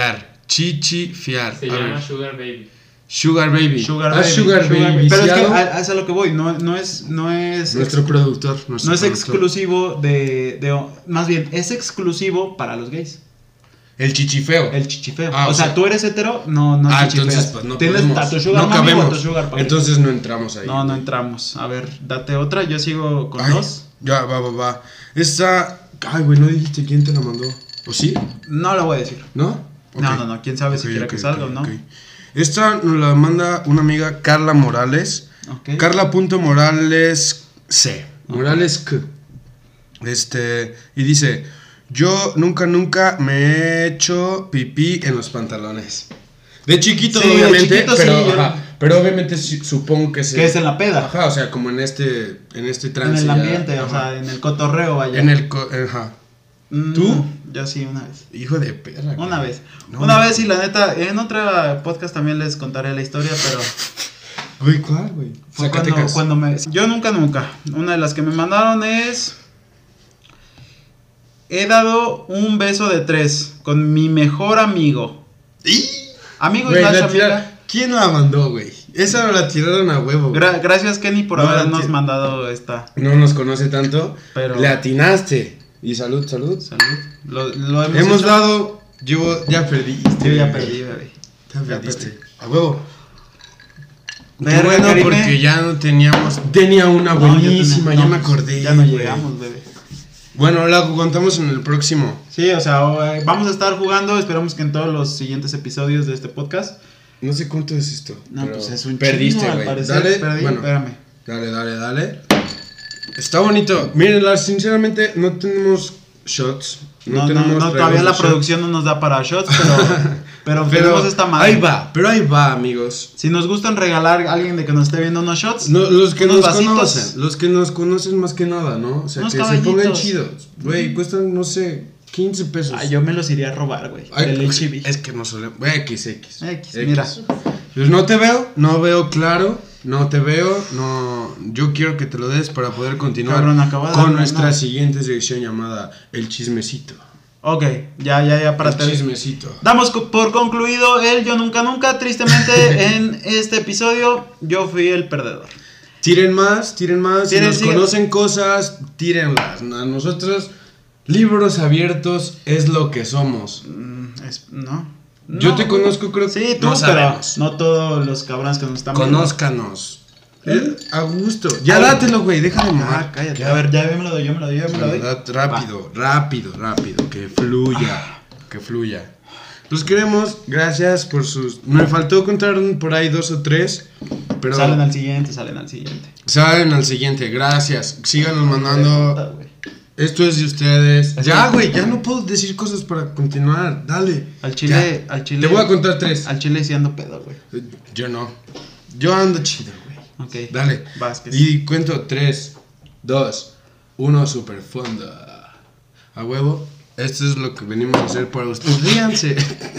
Chichifiar. Se A llama ver. Sugar Baby. Sugar Baby. Sugar Ah, Baby. Sugar Sugar Baby. Baby. Pero es que ¿Viciado? a, a eso es a lo que voy. No, no es. No es Nuestro ex- productor. Nuestro no es productor. exclusivo de, de. Más bien, es exclusivo para los gays. El chichifeo. El chichifeo. Ah, o, o sea, sea- tú eres hetero, no, no ah, chichifeas. entonces pues no Tienes podemos. a tu sugar no mami o a cabemos. tu sugar papi. Entonces no entramos ahí. No, no entramos. A ver, date otra. Yo sigo con Ay, dos. Ya, va, va, va. Esta. Ay, güey, no dijiste quién te la mandó. ¿O sí? No lo voy a decir. ¿No? No, Ok. no, no. Quién sabe si Ok, quiere ok, que salga ok, o no. ok. Esta nos la manda una amiga Carla Morales. Ok. Carla.morales C. Morales K. Este. Y dice: Yo nunca, nunca me he hecho pipí en los pantalones. De chiquito, Sí, de obviamente. chiquito, pero, sí, yo- ajá, pero obviamente sí, supongo que se. Que es en la peda. Ajá, o sea, como en este. En este En trance. el ya, ambiente, o ajá. sea, en el cotorreo, vaya. En el. co- Ajá. Mm, ¿Tú? Yo sí, una vez. Hijo de perra. Una güey. vez. No, Una no. vez y la neta, en otra podcast también les contaré la historia, pero Güey, ¿cuál, güey? fue cuando, Zacatecas. cuando me... Yo nunca, nunca. Una de las que me mandaron es... He dado un beso de tres con mi mejor amigo. ¡Y! Amigo Güey, slash la tira- amiga. ¿Quién la mandó, güey? Esa no la tiraron a huevo. güey. Gra- gracias Kenny por No, la habernos ti- mandado esta. No nos conoce tanto, Pero- le atinaste. Y salud, salud. Salud. Lo, lo hemos, Hemos hecho. dado. Yo ya perdí. Yo ya perdí, bebé. Ya Ya perdiste. perdí. A huevo. Qué Verga, bueno, Karime. porque ya no teníamos. Tenía una No, yo buenísima, tenía- ya no, me acordé. Ya no güey. llegamos, bebé. Bueno, la contamos en el próximo. Sí, o sea, eh, vamos a estar jugando. Esperamos que en todos los siguientes episodios de este podcast. No sé cuánto es esto. No, pero pues es un Perdiste, chingo, al güey. parecer. Dale, Perdí, bueno, espérame. dale, dale, dale. Está bonito. Mírenla, sinceramente, no tenemos shots. No, No, no, tenemos no, tragos todavía de la shot. producción no nos da para shots, pero, pero, Pero tenemos esta madre. ahí va, pero ahí va, amigos. Si nos gustan regalar a alguien de que nos esté viendo unos shots, No, los que unos nos vasitos. conocen, los que nos conocen más que nada, ¿no? O sea, Unos que se pongan caballitos. chidos. Güey, cuestan, no sé, quince pesos. Ay, yo me los iría a robar, güey. Ay, Del pues, H E B. es que no solemos. X, X. X, mira. Pues no te veo, no veo claro, no te veo, no. Yo quiero que te lo des para poder continuar Cabrón, acaba de con darme nuestra una. siguiente sección llamada El Chismecito. Ok, ya, ya, ya, para El terminar. chismecito. Damos co- por concluido el Yo Nunca Nunca. Tristemente, en este episodio, yo fui el perdedor. Tiren más, tiren más. Tiren, si nos sigan. conocen cosas, tírenlas. A nosotros, libros abiertos es lo que somos. Mm, es- ¿No? Yo No. te conozco, creo que Sí, tú, no pero sabemos. no todos los cabrones que nos están viendo. Conózcanos. Eh, a gusto. Ya Ay. dátelo, güey, déjame Ah, mamar. cállate. A ver, ya yo me lo doy, yo me lo doy, yo me lo doy. Da- Rápido, rápido, rápido, que fluya, que fluya. Los queremos, gracias por sus... Me faltó contar por ahí dos o tres, pero Salen al siguiente, salen al siguiente. salen al siguiente, gracias. Síganos mandando, Puta, güey. esto es de ustedes. Es Ya, que- güey, ya no puedo decir cosas para continuar, dale. Al chile, Ya. al chile. Te voy a contar tres. Al chile sí ando pedo, güey. Yo no, yo ando chido, güey. Ok. Dale. Vas, que sí. Y cuento tres, dos, uno, super fondo. A huevo. Esto es lo que venimos a hacer para ustedes. Ríanse.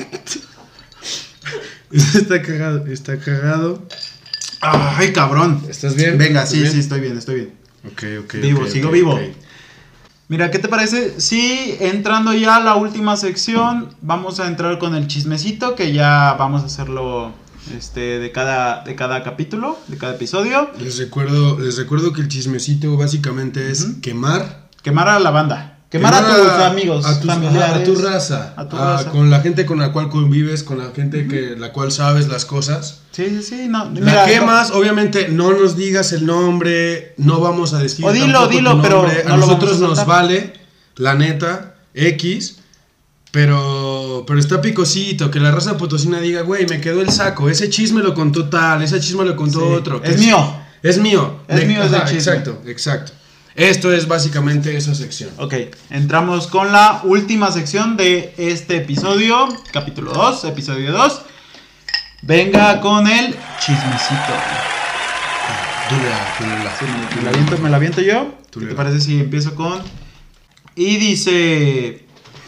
Está cagado, está cagado. Ay, cabrón. ¿Estás bien? Venga, ¿Estás sí, bien? sí, estoy bien, estoy bien. Ok, ok. Vivo, ok, sigo ok, vivo. ok. Mira, ¿qué te parece? Sí, entrando ya a la última sección, vamos a entrar con el chismecito, que ya vamos a hacerlo este de cada de cada capítulo, de cada episodio. Les recuerdo, les recuerdo que el chismecito básicamente es Ujú. quemar. Quemar a la banda, quemar, a tus amigos, a, tus- familiares, a tu raza, a tu a- raza. con la gente con la cual convives, con la gente que la cual sabes las cosas. Sí, sí, sí, no, La mira, quemas, obviamente no nos digas el nombre, no vamos a decir O dilo, tampoco tu dilo, pero nombre. no a lo nosotros vamos a nos soltar. vale, la neta, X, pero pero está picosito, que la raza potosina diga, güey, me quedó el saco, ese chisme lo contó tal, ese chisme lo contó Sí, otro. que es mío. Es mío. Es mío ese chisme. Exacto, exacto. Esto es básicamente esa sección. Ok, entramos con la última sección de este episodio, capítulo dos, episodio dos. Venga con el chismecito. Dula, dula. Sí, me, me la aviento, me la aviento yo. Tú ¿Qué le te das. parece si empiezo con...? Y dice...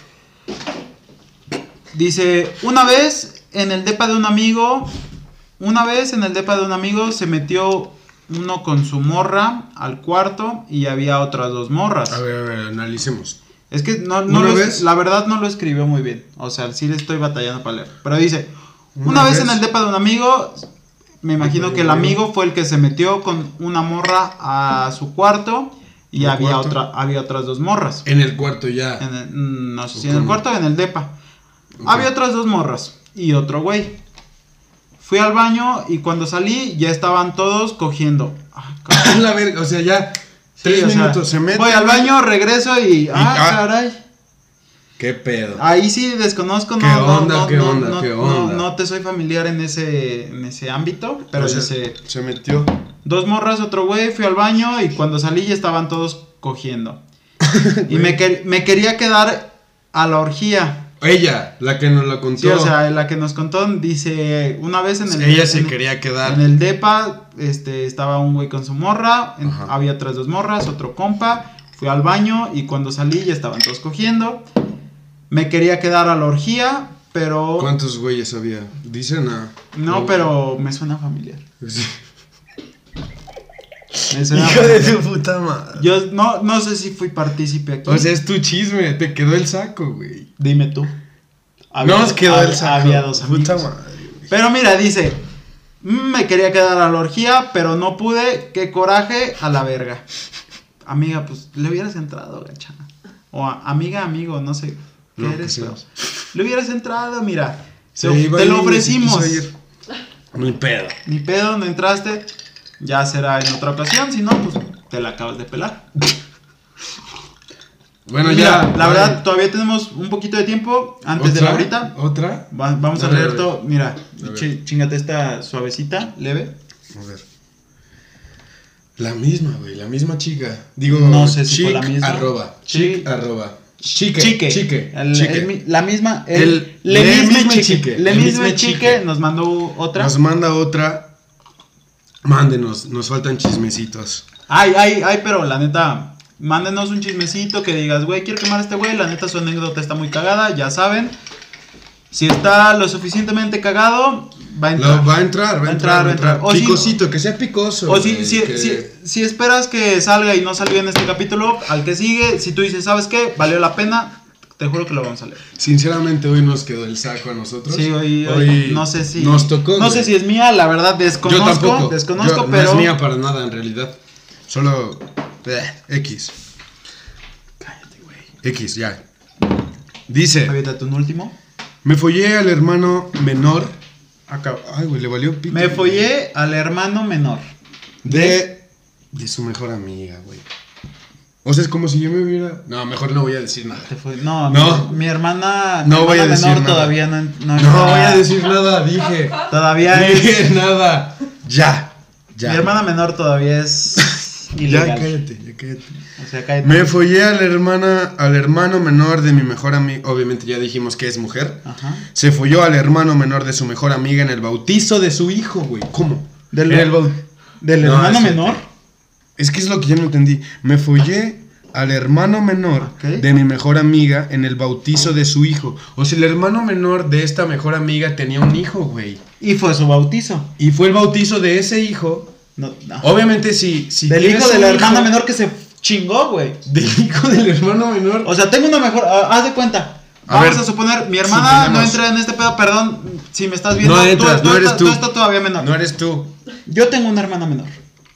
Dice, una vez en el depa de un amigo... Una vez en el depa de un amigo se metió uno con su morra al cuarto y había otras dos morras. A ver, a ver, analicemos. Es que no, no ¿Una lo, vez? la verdad no lo escribió muy bien. O sea, sí le estoy batallando para leer. Pero dice, una, Una vez vez en el depa de un amigo, me imagino de que el un amigo. amigo fue el que se metió con una morra a su cuarto y ¿Un había cuarto? otra, había otras dos morras. En el cuarto ya. En el- mm, no sé ¿O si en el cómo? cuarto o en el depa. Ok. Había otras dos morras y otro güey. Fui al baño y cuando salí ya estaban todos cogiendo. Ah, cabrón. La verga, o sea, ya. Sí, Tres o sea, minutos, se mete. voy al baño, regreso y. Ah, ah. caray. ¿Qué pedo? Ahí sí desconozco, no, ¿Qué no, onda, no, qué no, onda, no, qué no, onda? no te soy familiar en ese, en ese ámbito, pero O sea, dice, se metió. dos morras, otro güey, fui al baño y cuando salí ya estaban todos cogiendo. Y me, quer- me quería quedar a la orgía. Ella, la que nos la contó. Sí, o sea, la que nos contó dice, una vez en el... Ella se en- quería quedar. En el depa, este, estaba un güey con su morra, en- Ajá. había otras dos morras, otro compa, fui al baño y cuando salí ya estaban todos cogiendo. Me quería quedar a la orgía, pero... ¿Cuántos güeyes había? Dicen a. No, pero me suena familiar. Sí. Me suena Hijo de familiar. tu puta madre. Yo no, no sé si fui partícipe aquí. O sea, es tu chisme, te quedó el saco, güey. Dime tú. Nos quedó hab- el saco. Había dos Puta amigos. madre, güey. Pero mira, dice, "Mm, me quería quedar a la orgía, pero no pude, qué coraje, a la verga. Amiga, pues le hubieras entrado, gacha. O a- amiga, amigo, no sé qué No, eres, que pero seas. le hubieras entrado, mira. Se te iba te a lo ir, ofrecimos. se quiso ir. Ni pedo. Ni pedo, no entraste. Ya será en otra ocasión, si no, pues te la acabas de pelar. Bueno, Mira, ya. la vale. verdad, todavía tenemos un poquito de tiempo antes de ¿Otra? la horita. ¿Otra? Va- vamos a Dale, leer dale. todo. Mira, A ver. chi- chingate esta suavecita, leve. A ver. La misma, güey, la misma chica. Digo, No sé si chic, fue la misma. arroba. Sí. Chic, arroba. Chique. Chique. Chique. El- chique. el mi- la misma. El, El- le le misme misme chique. chique, Le le misme misme chique chique. nos mandó otra. Nos manda otra. Mándenos, nos faltan chismecitos. Ay, ay, ay, pero la neta, mándenos un chismecito que digas, güey, quiero quemar a este güey. La neta, su anécdota está muy cagada, ya saben. Si está lo suficientemente cagado, va a entrar. Lo- va a entrar, va a entrar, va a entrar. O si- Picosito, que sea picoso. O si, güey, si, que- si, si esperas que salga y no salió en este capítulo, al que sigue, si tú dices, ¿sabes qué? Valió la pena, te juro que lo vamos a leer. Sinceramente, hoy nos quedó el saco a nosotros. Sí, hoy, hoy no sé si. Nos tocó. No güey. sé si es mía, la verdad, Yo desconozco. tampoco. Desconozco, Yo- pero. No es mía para nada, en realidad. Solo. eh, X. Cállate, güey. X, ya. Dice: Aviéntate un último. Me follé al hermano menor. Acá. Ay, güey, le valió pito. Me follé al hermano menor. De. De su mejor amiga, güey. O sea, es como si yo me hubiera. No, mejor no voy a decir nada. Te fue- No, No. Mi, mi hermana. No mi voy a hermana decir menor nada. todavía no. No, No voy a decir nada, dije. Todavía Dije es. nada. Ya. Ya. Mi hermana menor todavía es. Ya Ilegal. cállate, ya cállate. O sea, cállate. Me follé a la hermana, al hermano menor de mi mejor amiga. Obviamente ya dijimos que es mujer. Ajá. Se folló al hermano menor de su mejor amiga en el bautizo de su hijo, güey. ¿Cómo? Del, En el bau- del No, hermano ese- menor. Es que es lo que yo no entendí. Me follé al hermano menor Ok. de mi mejor amiga en el bautizo de su hijo. O sea, el hermano menor de esta mejor amiga tenía un hijo, güey. Y fue su bautizo. Y fue el bautizo de ese hijo. No, no. Obviamente, si, si Del tienes hijo de un la hijo- hermana menor que se chingó, güey. Del hijo del hermano menor. O sea, tengo una mejor. ah, haz de cuenta. A Vamos ver, a suponer, mi hermana no suponemos. entra en este pedo, perdón, si me estás viendo. No entras, tú, no eres estás- tú. estás todavía menor. No eres tú. Yo tengo una hermana menor.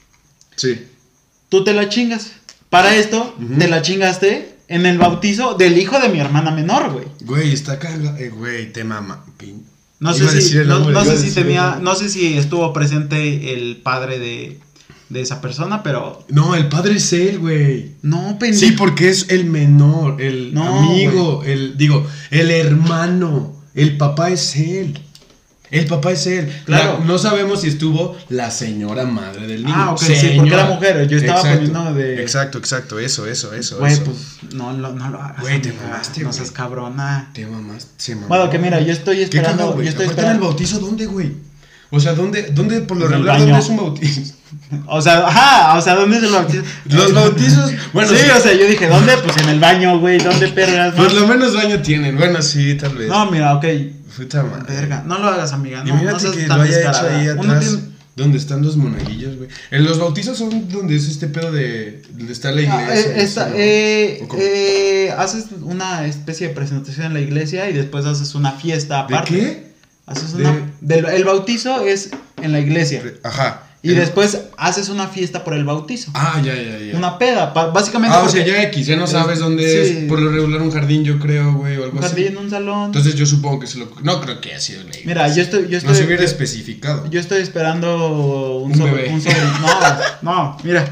Sí. Tú te la chingas. Para esto, Ujú. te la chingaste en el bautizo del hijo de mi hermana menor, güey. Güey, está cagado. Eh, güey, te mama. Pin- No Iba a sé decir si, el no, nombre, no iba a sé si decir el tenía, nombre. no sé si estuvo presente el padre de, de esa persona, pero No, el padre es él, güey. no, pendejo. Sí, porque es el menor, el No, amigo, el, digo, el hermano. El papá es él. El papá es él. Claro. La- no sabemos si estuvo la señora madre del niño. Ah, ok, sí, Señora. porque era mujer, yo estaba Exacto, poniendo de- Exacto, exacto, eso, eso, eso. Güey, eso. pues no, no, no lo hagas. Güey, te amiga, mamaste, No güey. seas cabrona. Te mamás, se mamó. Bueno, que mira, yo estoy ¿Qué esperando. cagado, güey? yo estoy Aparte, ¿en el esperando. bautizo dónde, güey? O sea, ¿dónde, dónde por lo En el regular, baño. dónde es un bautizo? O sea, ajá, o sea, ¿dónde es el bautizo? Los bautizos, bueno, sí, sí. o sea, yo dije, ¿dónde? Pues en el baño, güey, ¿dónde perras? Por lo menos baño tienen. Bueno, sí, tal vez. No, mira, ok. Puta madre. Verga, no lo hagas, amiga. No, Imagínate no seas que tan lo haya hecho descarada. ahí Uno atrás. tiene- donde están los monaguillos, güey. En los bautizos son donde es este pedo de... Donde está la iglesia. Ah, eh, esta, ¿no? eh, eh, haces una especie de presentación en la iglesia y después haces una fiesta aparte. ¿De qué? Haces De... una... Del, el bautizo es en la iglesia. Ajá. Y el... después haces una fiesta por el bautizo. Ah, ya, ya, ya. Una peda, pa- básicamente. Ah, o porque- sea, ya X, ya no sabes dónde sí. es. Por lo regular un jardín, yo creo, güey, o algo Un así. jardín, un salón. Entonces yo supongo que se lo... No creo que haya sido la iglesia. Mira, yo estoy, yo estoy, No se hubiera yo- especificado. Yo estoy esperando un, Un sobre- bebé. un sobre- No, no, mira.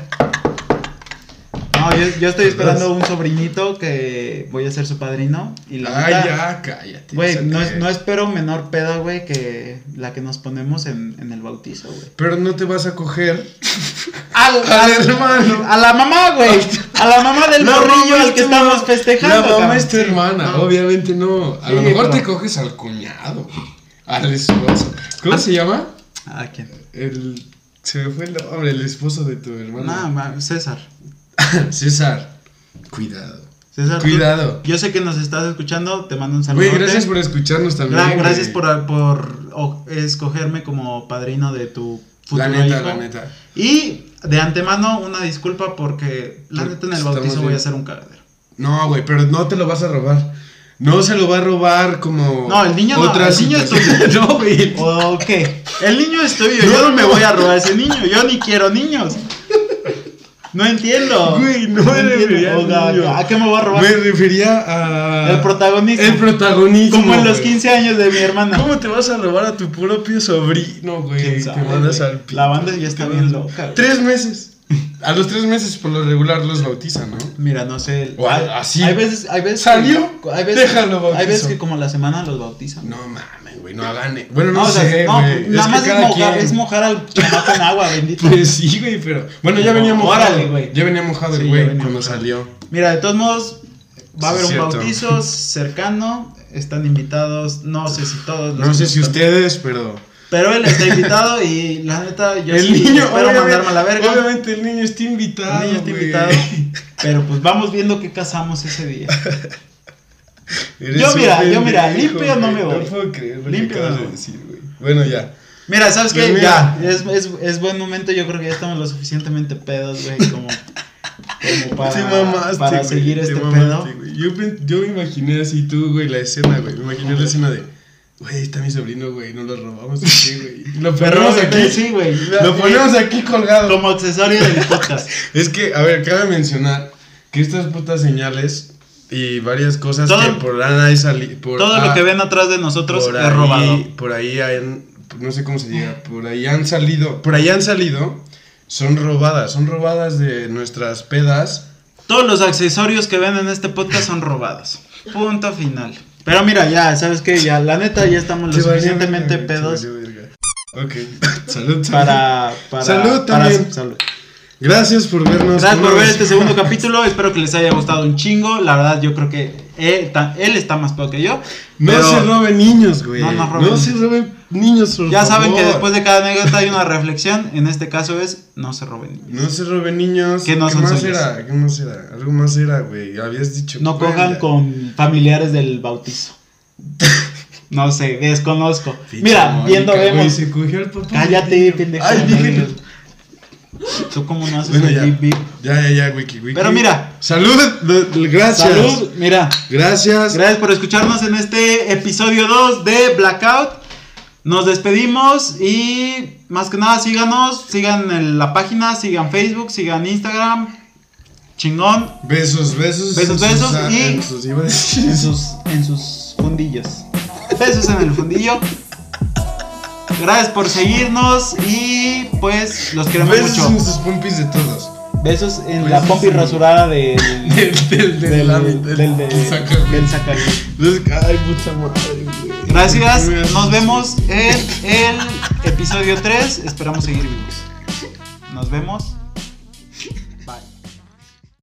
No, yo, yo estoy esperando un sobrinito que voy a ser su padrino. Y la Ay, neta, ya, cállate. güey, o sea, no, que- es, no espero menor peda, güey, que la que nos ponemos en, en el bautizo, güey. Pero no te vas a coger... Al, Al hermano. A la mamá, güey. A la mamá del La morrillo mamá al es que tu estamos ma- festejando. La mamá cabrón. es tu hermana, No. obviamente no. A Sí, lo mejor pero- te coges al cuñado. Al esposo. ¿Cómo se llama? ¿A quién? El... Se me fue el nombre, el esposo de tu hermana. Nada más, César. César. Cuidado. César, tú- Cuidado. yo sé que nos estás escuchando, te mando un saludo. Güey, gracias por escucharnos también. Gra- güey. gracias por, por o- escogerme como padrino de tu futuro La neta, hijo. la neta. Y de antemano una disculpa porque la Por- neta en el estamos bautizo voy bien. a hacer un cagadero. No, güey, pero no te lo vas a robar. No se lo va a robar como. No, el niño no, otra el niño es situación. tuyo. No, güey. ¿O qué? El niño es tuyo, No, yo no me no. voy a robar a ese niño, yo ni quiero niños. No entiendo. Güey, no me entiendo. refería al O sea, niño. ¿a qué me voy a robar? Me refería a. El protagonismo. El protagonismo. Como en los güey. quince años de mi hermana. ¿Cómo te vas a robar a tu propio sobrino, güey? ¿Quién Te sabe, mandas güey? al pi- La banda ya está te bien mandas- loca, güey. Tres meses. A los tres meses por lo regular los bautizan, ¿no? Mira, no sé. O hay, así. hay veces, hay veces ¿Salió? que- hay veces, Déjalo bautizo. hay veces que como la semana los bautizan. No mames, güey, no hagan. Bueno, no, o sea, sé, no, güey. nada es más que es cada mojar, quien. es mojar al chamaco en agua, bendito. Pues sí, güey, pero. Bueno, ya No, venía mojado. órale, güey. Ya venía mojado Sí, el ya güey venía cuando mojado. salió. Mira, de todos modos, va a Sí, haber un cierto. bautizo cercano. Están invitados, no sé si todos. los No sé que si están- ustedes, pero. Pero él está invitado y la neta, yo el sí niño, espero obviamente- mandarme a la verga. Obviamente el niño está invitado. El niño está güey. invitado. Pero pues vamos viendo qué casamos ese día. Eres Yo, un mira, yo, mira, pendejo, limpio no güey. me voy. No puedo creer lo que Limpio acabas no de voy. decir, güey. Bueno, ya. Mira, ¿sabes Pues qué? mira. Ya, es, es, es buen momento, yo creo que ya estamos lo suficientemente pedos, güey, como, como para, Te mamaste, para güey, seguir te este mamaste, pedo. güey. Yo, pen- yo me imaginé así tú, güey, la escena, güey. Me imaginé la escena de, güey, está mi sobrino, güey, no lo robamos aquí, güey. Lo Pero ponemos aquí. sí, güey. Lo ponemos aquí colgado. Como accesorio del podcast. Es que, a ver, cabe mencionar que estas putas señales y varias cosas Todo- que por ahí sali- por Todo ah, lo que ven atrás de nosotros por es ahí- robado. Por ahí han, no sé cómo se diga, por ahí han salido, por ahí han salido, son robadas, son robadas de nuestras pedas. Todos los accesorios que ven en este podcast son robados. Punto final. Pero mira, ya, ¿sabes qué? Ya, la neta, ya estamos lo Te valió suficientemente verga, te pedos valió verga. Ok, salud, salud. para, para... Salud para- también. salud. Gracias por vernos. Gracias por Una ver vez- este segundo capítulo. Espero que les haya gustado un chingo. La verdad, yo creo que él, ta- él está más pedo que yo. No pero se roben niños, güey. No, No, no roben se roben niños, por ya saben que favor. después de cada anécdota hay una reflexión. En este caso es: no se roben niños. No se roben niños. Que no ¿Qué son más suyos. era? ¿Qué más era? Algo más era, güey. Habías dicho. No ¿cuál cojan era? con familiares del bautizo. No sé, desconozco. Pinche Mira, Mónica, viendo güey, vemos. se cogió al papá. Cállate, pendejo. Ay, dije. ¿Tú cómo no haces Bueno, el ya. bip, bip? Ya, ya, ya, wiki, wiki. Pero mira. Salud, d- gracias. Salud, mira. Gracias. Gracias por escucharnos en este episodio dos de Blackout. Nos despedimos y más que nada síganos, sigan en la página, sigan Facebook, sigan Instagram. Chingón. Besos, besos. Besos, en besos sus- y- en sus- iba a decir- En sus, en sus fundillos. Besos en el fundillo. Gracias por seguirnos y pues los queremos Besos mucho. en sus pompis de todos. Besos en Besos la pompi en- rasurada del Del, del, del, del, del, del, del, del, del saca- del saca- Entonces, ay, puta madre, güey. Gracias, Me haces- nos vemos en el episodio tres. Esperamos seguir vivos. Nos vemos.